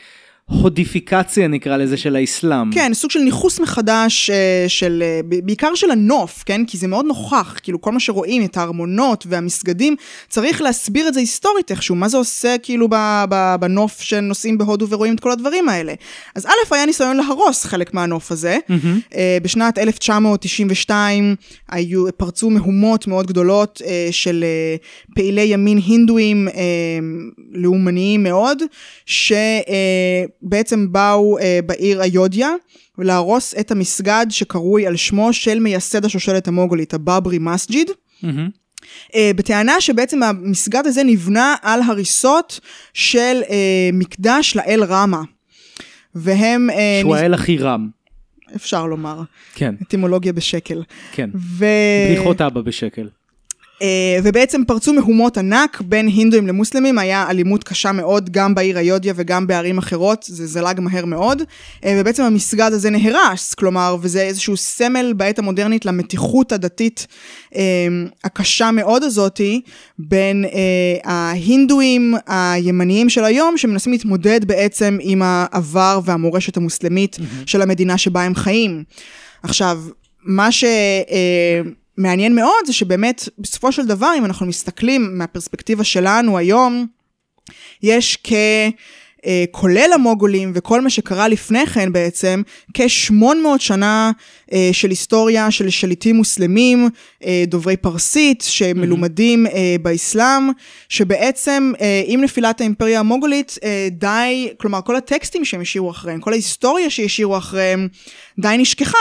הודיפיקציה נקרא לזה של האסלאם. כן, סוג של ניחוס מחדש של, בעיקר של הנוף, כן? כי זה מאוד נוכח, כאילו כל מה שרואים, את הארמונות והמסגדים, צריך להסביר את זה היסטורית איכשהו, מה זה עושה כאילו בנוף שנוסעים בהודו ורואים את כל הדברים האלה. אז א' היה ניסיון להרוס חלק מהנוף הזה, mm-hmm. בשנת אלף תשע מאות תשעים ושתיים היו, פרצו מהומות מאוד גדולות של פעילי ימין הינדואים לאומניים מאוד, ש... בעצם באו אה, בעיר היודיה, ולהרוס את המסגד שקרוי על שמו של מייסד השושלת המוגולית, הבברי מסג'יד, mm-hmm. אה, בטענה שבעצם המסגד הזה נבנה על הריסות של אה, מקדש לאל רמה. והם... אה, שהוא נז... האל הכי רם. אפשר לומר. כן. אטימולוגיה בשקל. כן. ו... בדיחות אבא בשקל. ובעצם פרצו מהומות ענק בין הינדואים למוסלמים, היה אלימות קשה מאוד גם בעיר היודיה וגם בערים אחרות, זה זלג מהר מאוד, ובעצם המסגד הזה נהרס, כלומר, וזה איזשהו סמל בעת המודרנית למתיחות הדתית הקשה מאוד הזאת, בין ההינדואים הימניים של היום, שמנסים להתמודד בעצם עם העבר והמורשת המוסלמית של המדינה שבה הם חיים. עכשיו, מה ש... מעניין מאוד זה שבאמת בסופו של דבר, אם אנחנו מסתכלים מהפרספקטיבה שלנו היום, יש כ... כולל המוגולים וכל מה שקרה לפני כן בעצם, כ-שמונה מאות שנה של היסטוריה של שליטים מוסלמים, דוברי פרסית, שמלומדים באסלאם, שבעצם עם נפילת האימפריה המוגולית, די, כלומר כל הטקסטים שהם השאירו אחריהם, כל ההיסטוריה שהשאירו אחריהם, די נשכחה.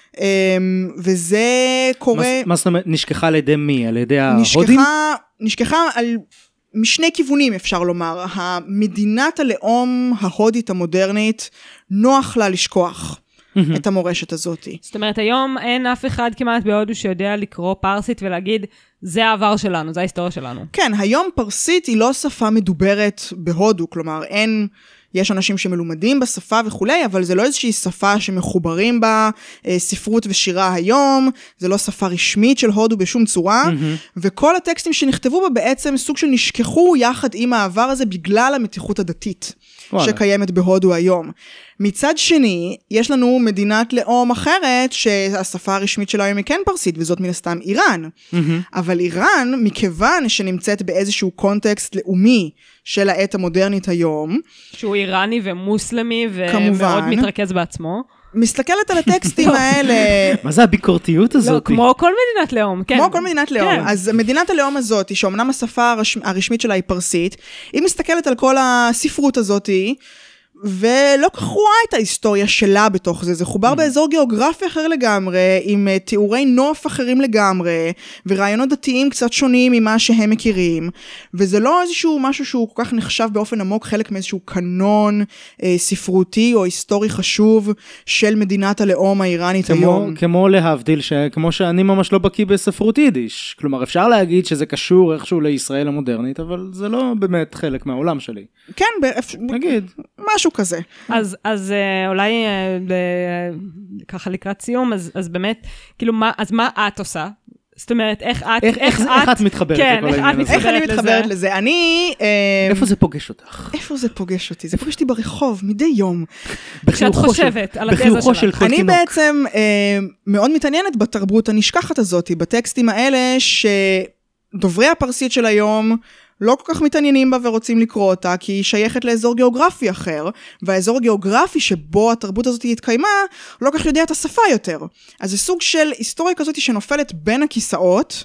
וזה קורה... מה זאת אומרת, נשכחה על ידי מי? על ידי ההודים? נשכחה, נשכחה על משני כיוונים אפשר לומר. המדינת הלאום ההודית המודרנית, נוח לה לשכוח את המורשת הזאת. זאת אומרת, היום אין אף אחד כמעט בהודו שיודע לקרוא פרסית ולהגיד, זה העבר שלנו, זה ההיסטוריה שלנו. כן, היום פרסית היא לא שפה מדוברת בהודו, כלומר אין... יש אנשים שמלומדים בשפה וכולי, אבל זה לא איזושהי שפה שמחוברים בה, ספרות ושירה היום, זה לא שפה רשמית של הודו בשום צורה, mm-hmm. וכל הטקסטים שנכתבו בה בעצם סוג של נשכחו יחד עם העבר הזה, בגלל המתיחות הדתית וואלה. שקיימת בהודו היום. מצד שני, יש לנו מדינת לאום אחרת, שהשפה הרשמית שלה היום היא כן פרסית, וזאת מן הסתם איראן. Mm-hmm. אבל איראן, מכיוון שנמצאת באיזשהו קונטקסט לאומי של העת המודרנית היום, שהוא איראני ומוסלמי, ומאוד מתרכז בעצמו. מסתכלת על הטקסטים האלה. מה זה הביקורתיות הזאת? לא, כמו כל מדינת לאום, כן. כמו כל מדינת לאום. כן. אז מדינת הלאום הזאת, שאומנם השפה הרשמית שלה היא פרסית, היא מסתכלת על כל הספרות הזאת, ולא כך רואה את ההיסטוריה שלה בתוך זה, זה חובר באזור גיאוגרפי אחר לגמרי, עם תיאורי נוף אחרים לגמרי, ורעיונות דתיים קצת שונים ממה שהם מכירים, וזה לא איזשהו משהו שהוא כל כך נחשב באופן עמוק, חלק מאיזשהו קנון אה, ספרותי או היסטורי חשוב של מדינת הלאום האיראנית כמו, היום. כמו להבדיל, ש... כמו שאני ממש לא בקיא בספרות יידיש, כלומר אפשר להגיד שזה קשור איכשהו לישראל המודרנית, אבל זה לא באמת חלק מהעולם שלי. כן, באפ... נגיד. משהו כזה. אז, אז אולי ככה לקראת סיום, אז, אז באמת, כאילו, מה, אז מה את עושה? זאת אומרת, איך את, איך, איך, איך, איך את מתחברת כן, לכל העניין הזה? איך אני מתחברת לזה? לזה? אני... איפה זה פוגש אותך? איפה זה פוגש אותי? זה פוגש אותי ברחוב, מדי יום. כשאת חושבת על התזה שלך. אני בעצם מאוד מתעניינת בתרבות הנשכחת הזאת, בטקסטים האלה שדוברי הפרסית של היום לא כל כך מתעניינים בה ורוצים לקרוא אותה, כי היא שייכת לאזור גיאוגרפי אחר, והאזור הגיאוגרפי שבו התרבות הזאת התקיימה, לא כל כך יודע את השפה יותר. אז זה סוג של היסטוריה כזאת שנופלת בין הכיסאות,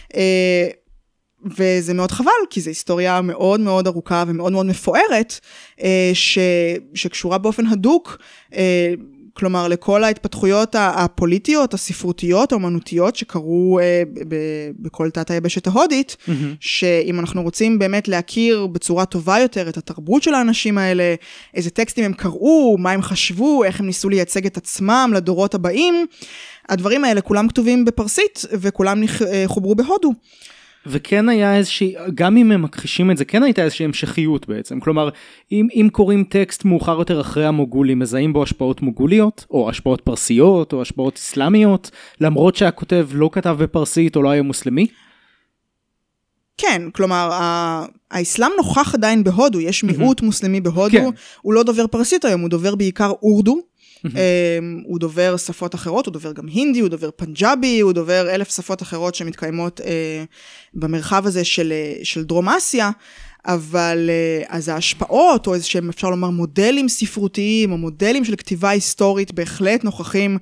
וזה מאוד חבל, כי זו היסטוריה מאוד מאוד ארוכה ומאוד מאוד מפוארת, ש... שקשורה באופן הדוק, כלומר, לכל ההתפתחויות הפוליטיות, הספרותיות, האומנותיות, שקרו אה, ב- בכל תת היבשת ההודית, mm-hmm. שאם אנחנו רוצים באמת להכיר בצורה טובה יותר את התרבות של האנשים האלה, איזה טקסטים הם קראו, מה הם חשבו, איך הם ניסו לייצג את עצמם לדורות הבאים, הדברים האלה כולם כתובים בפרסית, וכולם נח... חוברו בהודו. וכן היה איזושהי, גם אם הם מכחישים את זה, כן הייתה איזושהי המשכיות בעצם. כלומר, אם, אם קוראים טקסט מאוחר יותר אחרי המוגולים, מזהים בו השפעות מוגוליות, או השפעות פרסיות, או השפעות אסלאמיות, למרות שהכותב לא כתב בפרסית או לא היה מוסלמי? כן, כלומר, האסלאם נוכח עדיין בהודו, יש מיעוט מוסלמי בהודו, הוא לא דובר פרסית היום, הוא דובר בעיקר אורדו, הוא דובר שפות אחרות, הוא דובר גם הינדי, הוא דובר פנג'אבי, הוא דובר אלף שפות אחרות שמתקיימות במרחב הזה של דרום אסיה, אבל אז ההשפעות, או איזה שהם אפשר לומר מודלים ספרותיים, או מודלים של כתיבה היסטורית, בהחלט נוכחים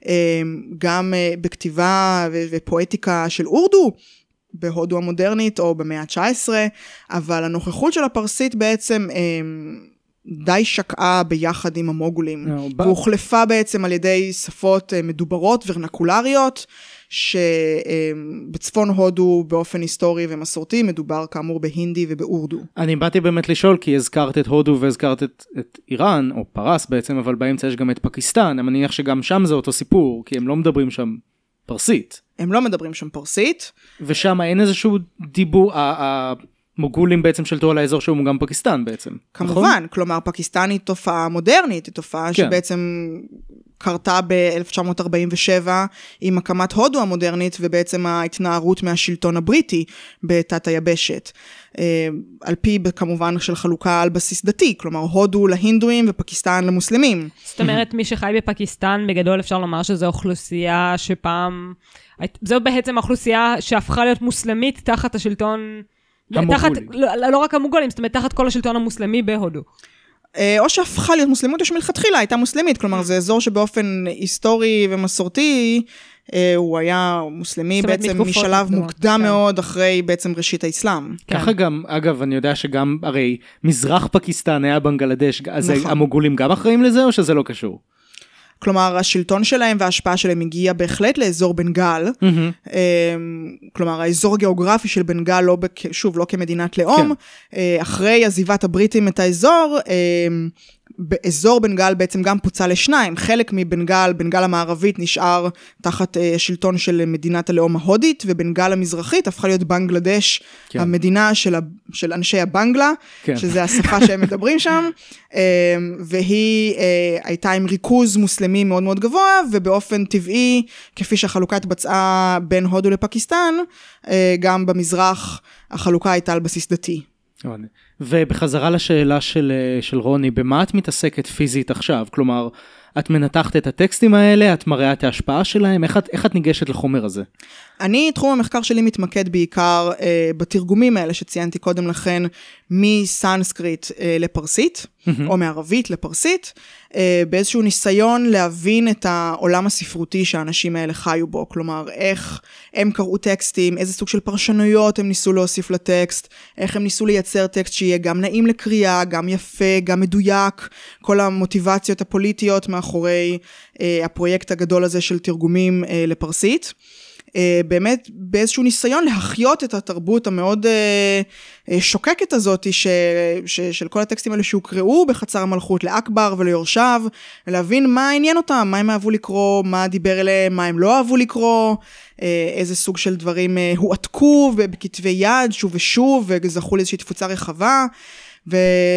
גם בכתיבה ופואטיקה של אורדו, בהודו המודרנית או במאה ה-תשע עשרה, אבל הנוכחות של הפרסית בעצם די שקעה ביחד עם המוגולים, והוחלפה בעצם על ידי שפות מדוברות ורנקולריות, שבצפון הודו באופן היסטורי ומסורתי מדובר כאמור בהינדי ובאורדו. אני באתי באמת לשאול, כי הזכרת את הודו והזכרת את, את איראן, או פרס בעצם, אבל באמצע יש גם את פקיסטן, אני מניח שגם שם זה אותו סיפור, כי הם לא מדברים שם פרסית. הם לא מדברים שם פרסית. ושם אין איזשהו דיבור, המוגולים בעצם שלטו על האזור שהוא גם פקיסטן בעצם. כמובן, נכון? כלומר פקיסטן היא תופעה מודרנית, היא תופעה כן. שבעצם קרתה ב-אלף תשע מאות ארבעים ושבע עם הקמת הודו המודרנית, ובעצם ההתנערות מהשלטון הבריטי בתת היבשת. על פי כמובן של חלוקה על בסיס דתי, כלומר הודו להינדואים ופקיסטן למוסלמים. זאת אומרת, מי שחי בפקיסטן, בגדול אפשר לומר שזו אוכלוסייה שפעם, זו בעצם האוכלוסייה שהפכה להיות מוסלמית תחת השלטון, תחת, לא, לא רק המוגולים, זאת אומרת, תחת כל השלטון המוסלמי בהודו. או שהפכה להיות מוסלמית, או שמלכתחילה הייתה מוסלמית, כלומר זה אזור שבאופן היסטורי ומסורתי, הוא היה מוסלמי בעצם משלב מוקדם מאוד אחרי בעצם ראשית האסלאם. ככה גם, אגב, אני יודע שגם, הרי מזרח פקיסטן היה בנגלדש, אז המוגולים גם אחראים לזה, או שזה לא קשור? כלומר, השלטון שלהם וההשפעה שלהם הגיע בהחלט לאזור בנגל, כלומר, האזור הגיאוגרפי של בנגל, שוב, לא כמדינת לאום, אחרי עזיבת הבריטים את האזור, באזור בנגל בעצם גם פוצע לשניים, חלק מבנגל, בנגל המערבית נשאר תחת שלטון של מדינת הלאום ההודית, ובנגל המזרחית הפכה להיות בנגלדש, כן. המדינה של, ה, של אנשי הבנגלה, כן. שזה השפה שהם מדברים שם, והיא הייתה עם ריכוז מוסלמי מאוד מאוד גבוה, ובאופן טבעי, כפי שהחלוקה התבצעה בין הודו לפקיסטן, גם במזרח החלוקה הייתה על בסיס דתי. ובחזרה לשאלה של, של רוני, במה את מתעסקת פיזית עכשיו? כלומר, את מנתחת את הטקסטים האלה, את מראה את ההשפעה שלהם, איך את, איך את ניגשת לחומר הזה? אני, תחום המחקר שלי מתמקד בעיקר אה, בתרגומים האלה שציינתי קודם לכן, מסנסקריט אה, לפרסית, mm-hmm. או מערבית לפרסית, אה, באיזשהו ניסיון להבין את העולם הספרותי שהאנשים האלה חיו בו, כלומר, איך הם קראו טקסטים, איזה סוג של פרשנויות הם ניסו להוסיף לטקסט, איך הם ניסו לייצר טקסט שיהיה גם נעים לקריאה, גם יפה, גם מדויק, כל המוטיבציות הפוליטיות מאחורי אה, הפרויקט הגדול הזה של תרגומים אה, לפרסית. באמת באיזשהו ניסיון להחיות את התרבות המאוד שוקקת הזאת ש, ש, של כל הטקסטים האלה שהוקראו בחצר המלכות לאקבר וליורשיו, להבין מה עניין אותם, מה הם אהבו לקרוא, מה דיבר אליהם, מה הם לא אהבו לקרוא, איזה סוג של דברים הועתקו בכתבי יד שוב ושוב וזכו לאיזושהי תפוצה רחבה, ו...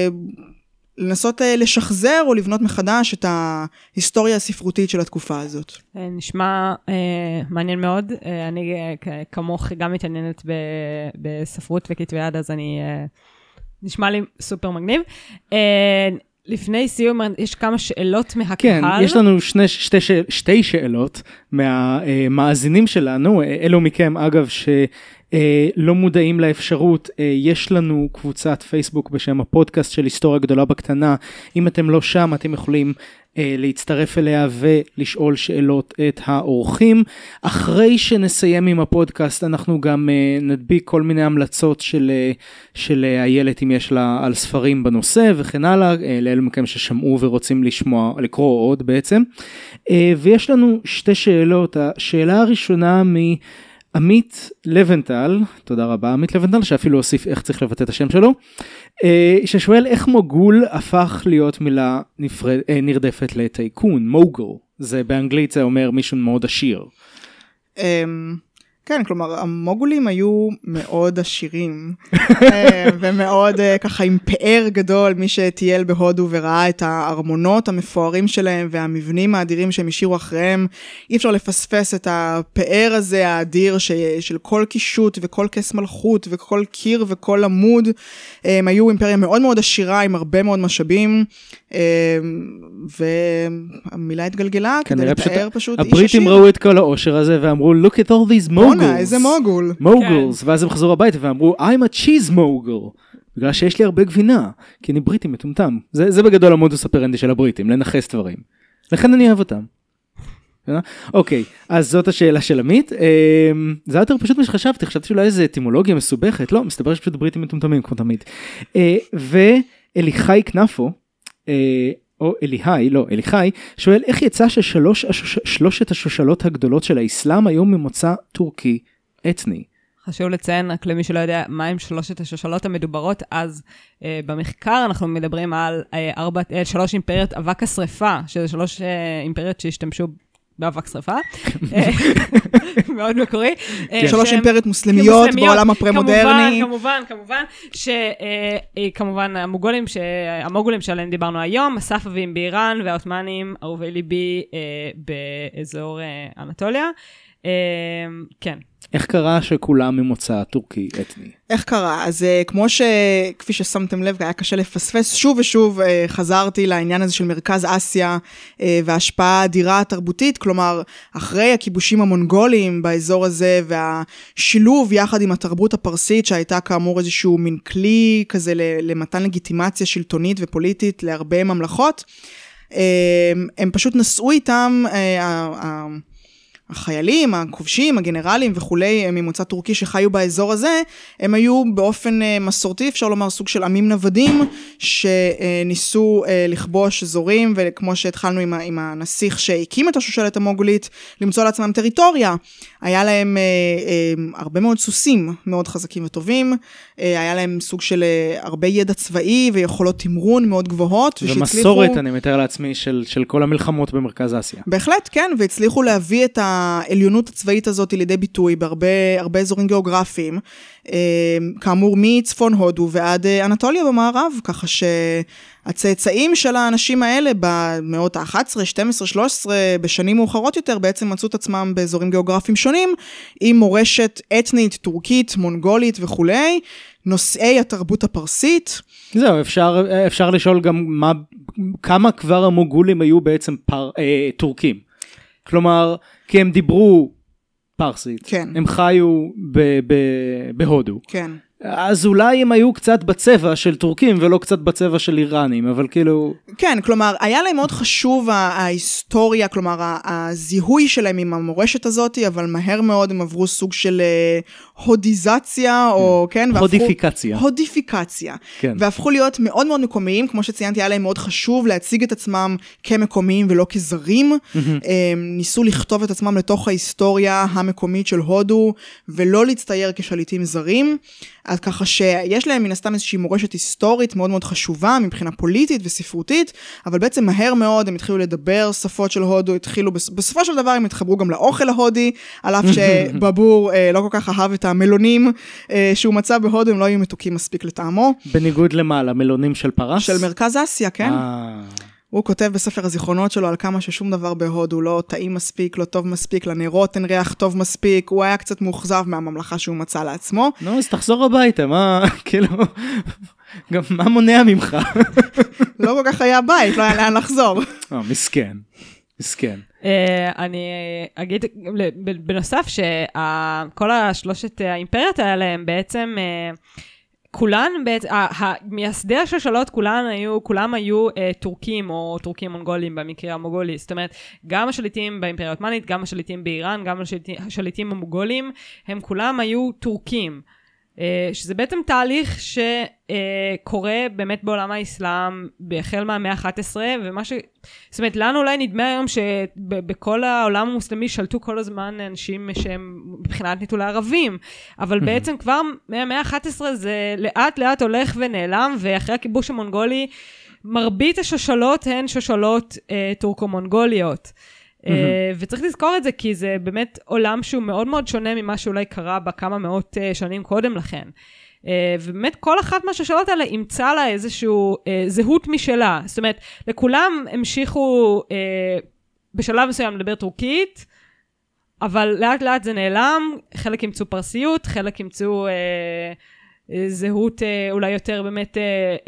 לנסות לשחזר או לבנות מחדש את ההיסטוריה הספרותית של התקופה הזאת. נשמע אה, מעניין מאוד. אה, אני אה, כמוך גם מתעניינת ב, בספרות וכתבי יד, אז אני, אה, נשמע לי סופר מגניב. אה, לפני סיום, יש כמה שאלות מהקהל. כן, יש לנו שני, שתי, שתי שאלות מהמאזינים שלנו, אלו מכם אגב ש... לא מודעים לאפשרות, יש לנו קבוצת פייסבוק בשם הפודקאסט של היסטוריה גדולה בקטנה, אם אתם לא שם אתם יכולים להצטרף אליה ולשאול שאלות את האורחים. אחרי שנסיים עם הפודקאסט אנחנו גם נדביק כל מיני המלצות של, של איילת אם יש לה על ספרים בנושא וכן הלאה, לאלו מכם ששמעו ורוצים לשמוע, לקרוא עוד בעצם. ויש לנו שתי שאלות, השאלה הראשונה מ... עמית לבנטל, תודה רבה עמית לבנטל, שאפילו הוסיף איך צריך לבטא את השם שלו, ששואל איך מוגול הפך להיות מילה נפרד, נרדפת לטייקון, מוגל, זה באנגלית זה אומר מישהו מאוד עשיר. כן, כלומר, המוגולים היו מאוד עשירים, ומאוד ככה עם פאר גדול, מי שטייל בהודו וראה את הארמונות המפוארים שלהם, והמבנים האדירים שהם השאירו אחריהם, אי אפשר לפספס את הפאר הזה האדיר, של כל קישוט וכל כס מלכות, וכל קיר וכל עמוד, הם היו אימפריה מאוד מאוד עשירה, עם הרבה מאוד משאבים, והמילה התגלגלה, כדי לתאר פשוט איש עשיר. הבריטים ראו את כל העושר הזה, ואמרו, look at all these moguls. איזה מוגול. מוגולס, ואז הם חזרו הביתה ואמרו, I'm a cheese mogul. בגלל שיש לי הרבה גבינה, כי אני בריטי מטומטם. זה, זה בגדול המודוס הפרנדי של הבריטים, לנחס דברים. לכן אני אוהב אותם. אוקיי, אז זאת השאלה של עמית. זה יותר פשוט מה שחשבתי, חשבתי שאולי איזה אטימולוגיה מסובכת, לא, מסתבר שפשוט בריטים מטומטמים כמו תמיד. ואליחי כנפו, או אליחי, לא, אליחי, שואל איך יצא ששלושת השושלות הגדולות של האסלאם היו ממוצא טורקי אתני. חשוב לציין, רק למי שלא יודע, מה עם שלושת השושלות המדוברות, אז אה, במחקר אנחנו מדברים על אה, ארבע, אה, שלוש אימפריות אבק השריפה, שזה שלוש אה, אימפריות שהשתמשו באבק שריפה, מאוד מקורי. שלוש אימפריות מוסלמיות בעולם הפרה-מודרני. כמובן, כמובן, שכמובן המוגולים שעליהם דיברנו היום, הספבים באיראן והעות'מאנים, ערובי ליבי באזור אנטוליה. כן. איך קרה שכולם ממוצא טורקי אתני? איך קרה? אז כמו שכפי ששמתם לב, היה קשה לפספס, שוב ושוב חזרתי לעניין הזה של מרכז אסיה, וההשפעה האדירה התרבותית, כלומר, אחרי הכיבושים המונגוליים באזור הזה, והשילוב יחד עם התרבות הפרסית, שהייתה כאמור איזשהו מין כלי כזה למתן לגיטימציה שלטונית ופוליטית להרבה ממלכות, הם פשוט נשאו איתם, החיילים, הכובשים, הגנרלים וכולי ממוצא טורקי שחיו באזור הזה, הם היו באופן מסורתי, אפשר לומר סוג של עמים נוודים, שניסו לכבוש אזורים, וכמו שהתחלנו עם, עם הנסיך שהקים את השושלת המוגולית, למצוא לעצמם טריטוריה. היה להם הרבה מאוד סוסים מאוד חזקים וטובים, היה להם סוג של הרבה ידע צבאי ויכולות תמרון מאוד גבוהות. ומסורת, אני מתאר לעצמי, של, של כל המלחמות במרכז אסיה. בהחלט, כן, והצליחו להביא את העליונות הצבאית הזאת לידי ביטוי בהרבה הרבה אזורים גיאוגרפיים, כאמור מצפון הודו ועד אנטוליה במערב, ככה שהצאצאים של האנשים האלה במאות ה-אחת עשרה, שתים עשרה, שלוש עשרה, בשנים מאוחרות יותר, בעצם מצאו את עצמם באזורים גיאוגרפיים שונים, עם מורשת אתנית, טורקית, מונגולית וכולי, נושאי התרבות הפרסית. זהו, אפשר, אפשר לשאול גם מה, כמה כבר המוגולים היו בעצם פר, אה, טורקים. כלומר, כי הם דיברו פרסית, כן. הם חיו ב- ב- בהודו. כן. אז אולי הם היו קצת בצבע של טורקים, ולא קצת בצבע של איראנים, אבל כאילו... כן, כלומר, היה להם מאוד חשוב ההיסטוריה, כלומר, הזיהוי שלהם עם המורשת הזאת, אבל מהר מאוד הם עברו סוג של הודיזציה, או כן, הודיפיקציה. הודיפיקציה. כן. והפכו להיות מאוד מאוד מקומיים, כמו שציינתי, היה להם מאוד חשוב להציג את עצמם כמקומיים ולא כזרים. ניסו לכתוב את עצמם לתוך ההיסטוריה המקומית של הודו, ולא להצטייר כשליטים זרים. אז ככה שיש להם מן הסתם איזושהי מורשת היסטורית מאוד מאוד חשובה, מבחינה פוליטית וספרותית, אבל בעצם מהר מאוד הם התחילו לדבר שפות של הודו, התחילו, בסופו של דבר הם התחברו גם לאוכל ההודי, על אף שבבור אה, לא כל כך אהב את המלונים אה, שהוא מצא בהודו, הם לא היו מתוקים מספיק לטעמו. בניגוד למה? למלונים של פרס? של מרכז אסיה, כן. אה... הוא כותב בספר הזיכרונות שלו על כמה ששום דבר בהודו לא טעים מספיק, לא טוב מספיק, לנרות אין ריח טוב מספיק, הוא היה קצת מאוכזב מהממלכה שהוא מצא לעצמו. נו, אז תחזור הביתה, מה, כאילו, גם מה מונע ממך? לא כל כך היה בית, לא היה לאן לחזור. אה, מסכן, מסכן. אני אגיד בנוסף שכל השלושת האימפריות האלה הם בעצם... כולן, מייסדי השושלות, כולן היו, כולם היו אה, טורקים או טורקים מונגולים במקרה המוגולי. זאת אומרת, גם השליטים באימפריה העות'מאנית, גם השליטים באיראן, גם השליטים, השליטים המוגולים, הם כולם היו טורקים. אה, שזה בעצם תהליך שקורה אה, באמת בעולם האסלאם, החל מהמאה ה-אחת עשרה, ומה ש... זאת אומרת, לנו אולי נדמה היום שבכל העולם המוסלמי שלטו כל הזמן אנשים שהם מבחינת נטולי ערבים, אבל בעצם כבר מהמאה ה-אחת עשרה זה לאט לאט הולך ונעלם, ואחרי הכיבוש המונגולי, מרבית השושלות הן שושלות אה, טורקו-מונגוליות. וצריך לזכור את זה, כי זה באמת עולם שהוא מאוד מאוד שונה ממה שאולי קרה בכמה מאות שנים קודם לכן. ובאמת כל אחת מהשושלות האלה ימצא לה איזשהו זהות משלה. זאת אומרת, לכולם המשיכו בשלב מסוים לדבר טורקית, אבל לאט לאט זה נעלם, חלק ימצאו פרסיות, חלק ימצאו אה, אה, זהות אה, אולי יותר באמת, אה,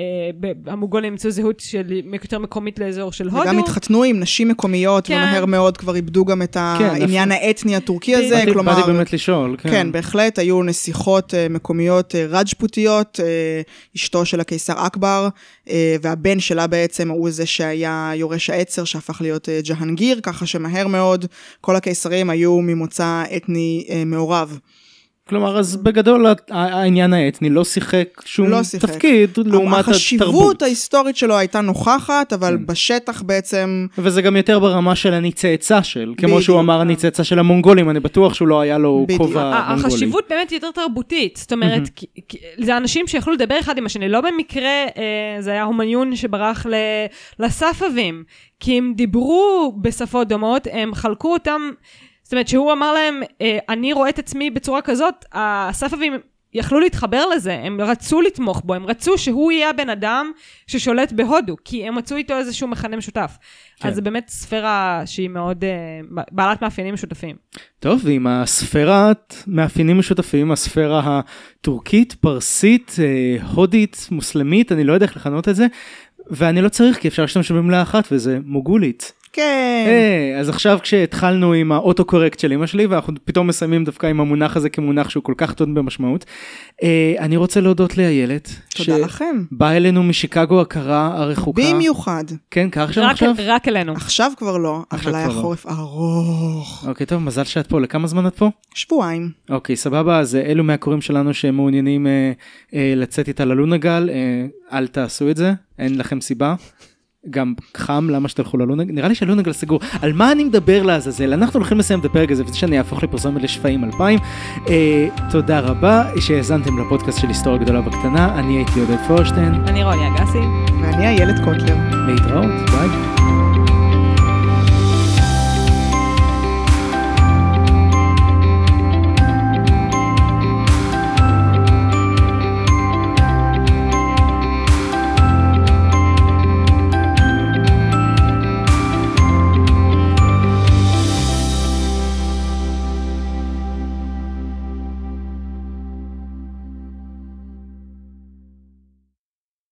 אה, המוגולים ימצאו זהות של יותר מקומית לאזור של הודו. וגם התחתנו עם נשים מקומיות, כן. ומהר מאוד כבר איבדו גם את העניין כן, האתני הטורקי הזה. באתי, כלומר, באתי באמת לשאול. כן. כן, בהחלט, היו נסיכות אה, מקומיות אה, רג'פוטיות, אה, אשתו של הקיסר אכבר, אה, והבן שלה בעצם הוא זה שהיה יורש העצר, שהפך להיות אה, ג'הנגיר, ככה שמהר מאוד כל הקיסרים היו ממוצא אתני אה, מעורב. כלומר, אז בגדול העניין האתני לא שיחק שום לא שיחק. תפקיד לעומת התרבות. החשיבות ההיסטורית שלו הייתה נוכחת, אבל כן. בשטח בעצם... וזה גם יותר ברמה של הניצאצה של, כמו בדיוק. שהוא אמר הניצאצה של המונגולים, אני בטוח שהוא לא היה לו כובע מונגולי. החשיבות באמת יותר תרבותית, זאת אומרת, כי, כי, זה אנשים שיכולו לדבר אחד עם השני, לא במקרה אה, זה היה הומניון שברח ל, לספבים, כי הם דיברו בשפות דומות, הם חלקו אותם... זאת אומרת, שהוא אמר להם, אני רואה את עצמי בצורה כזאת, הספבים יכלו להתחבר לזה, הם רצו לתמוך בו, הם רצו שהוא יהיה הבן אדם ששולט בהודו, כי הם מצאו איתו איזשהו מכנה משותף. כן. אז זה באמת ספירה שהיא מאוד בעלת מאפיינים משותפים. טוב, ועם הספירת מאפיינים משותפים, הספירה הטורקית, פרסית, הודית, מוסלמית, אני לא יודע איך לכנות את זה, ואני לא צריך, כי אפשר להשתמש במילה אחת, וזה מוגולית. כן. Hey, אז עכשיו כשהתחלנו עם האוטו-קורקט של אמא שלי, ואנחנו פתאום מסיימים דווקא עם המונח הזה כמונח שהוא כל כך טוב במשמעות, uh, אני רוצה להודות לאיילת. תודה לכם. באה אלינו משיקגו הקרה הרחוקה. במיוחד. כן, כך שם רק, עכשיו? רק אלינו. עכשיו כבר לא, עכשיו אבל היה לא. חורף ארוך. אוקיי, טוב, מזל שאת פה. לכמה זמן את פה? שבועיים. אוקיי, סבבה, אז אלו מהקוראים שלנו שמעוניינים uh, uh, לצאת איתה ללונגל, uh, אל תעשו את זה, אין לכם סיבה. גם חם, למה שתלכו ללונגל? נראה לי שהלונגל סגור. על מה אני מדבר לעזאזל? אנחנו הולכים לסיים את הפרק הזה, וזה שאני אהפוך לפרסומת לשפעים אלפיים. אה, תודה רבה שהאזנתם לפודקאסט של היסטוריה גדולה בקטנה. אני הייתי עודד פורשטיין. אני רוני אגסי. ואני איילת קוטלר. להתראות, ביי.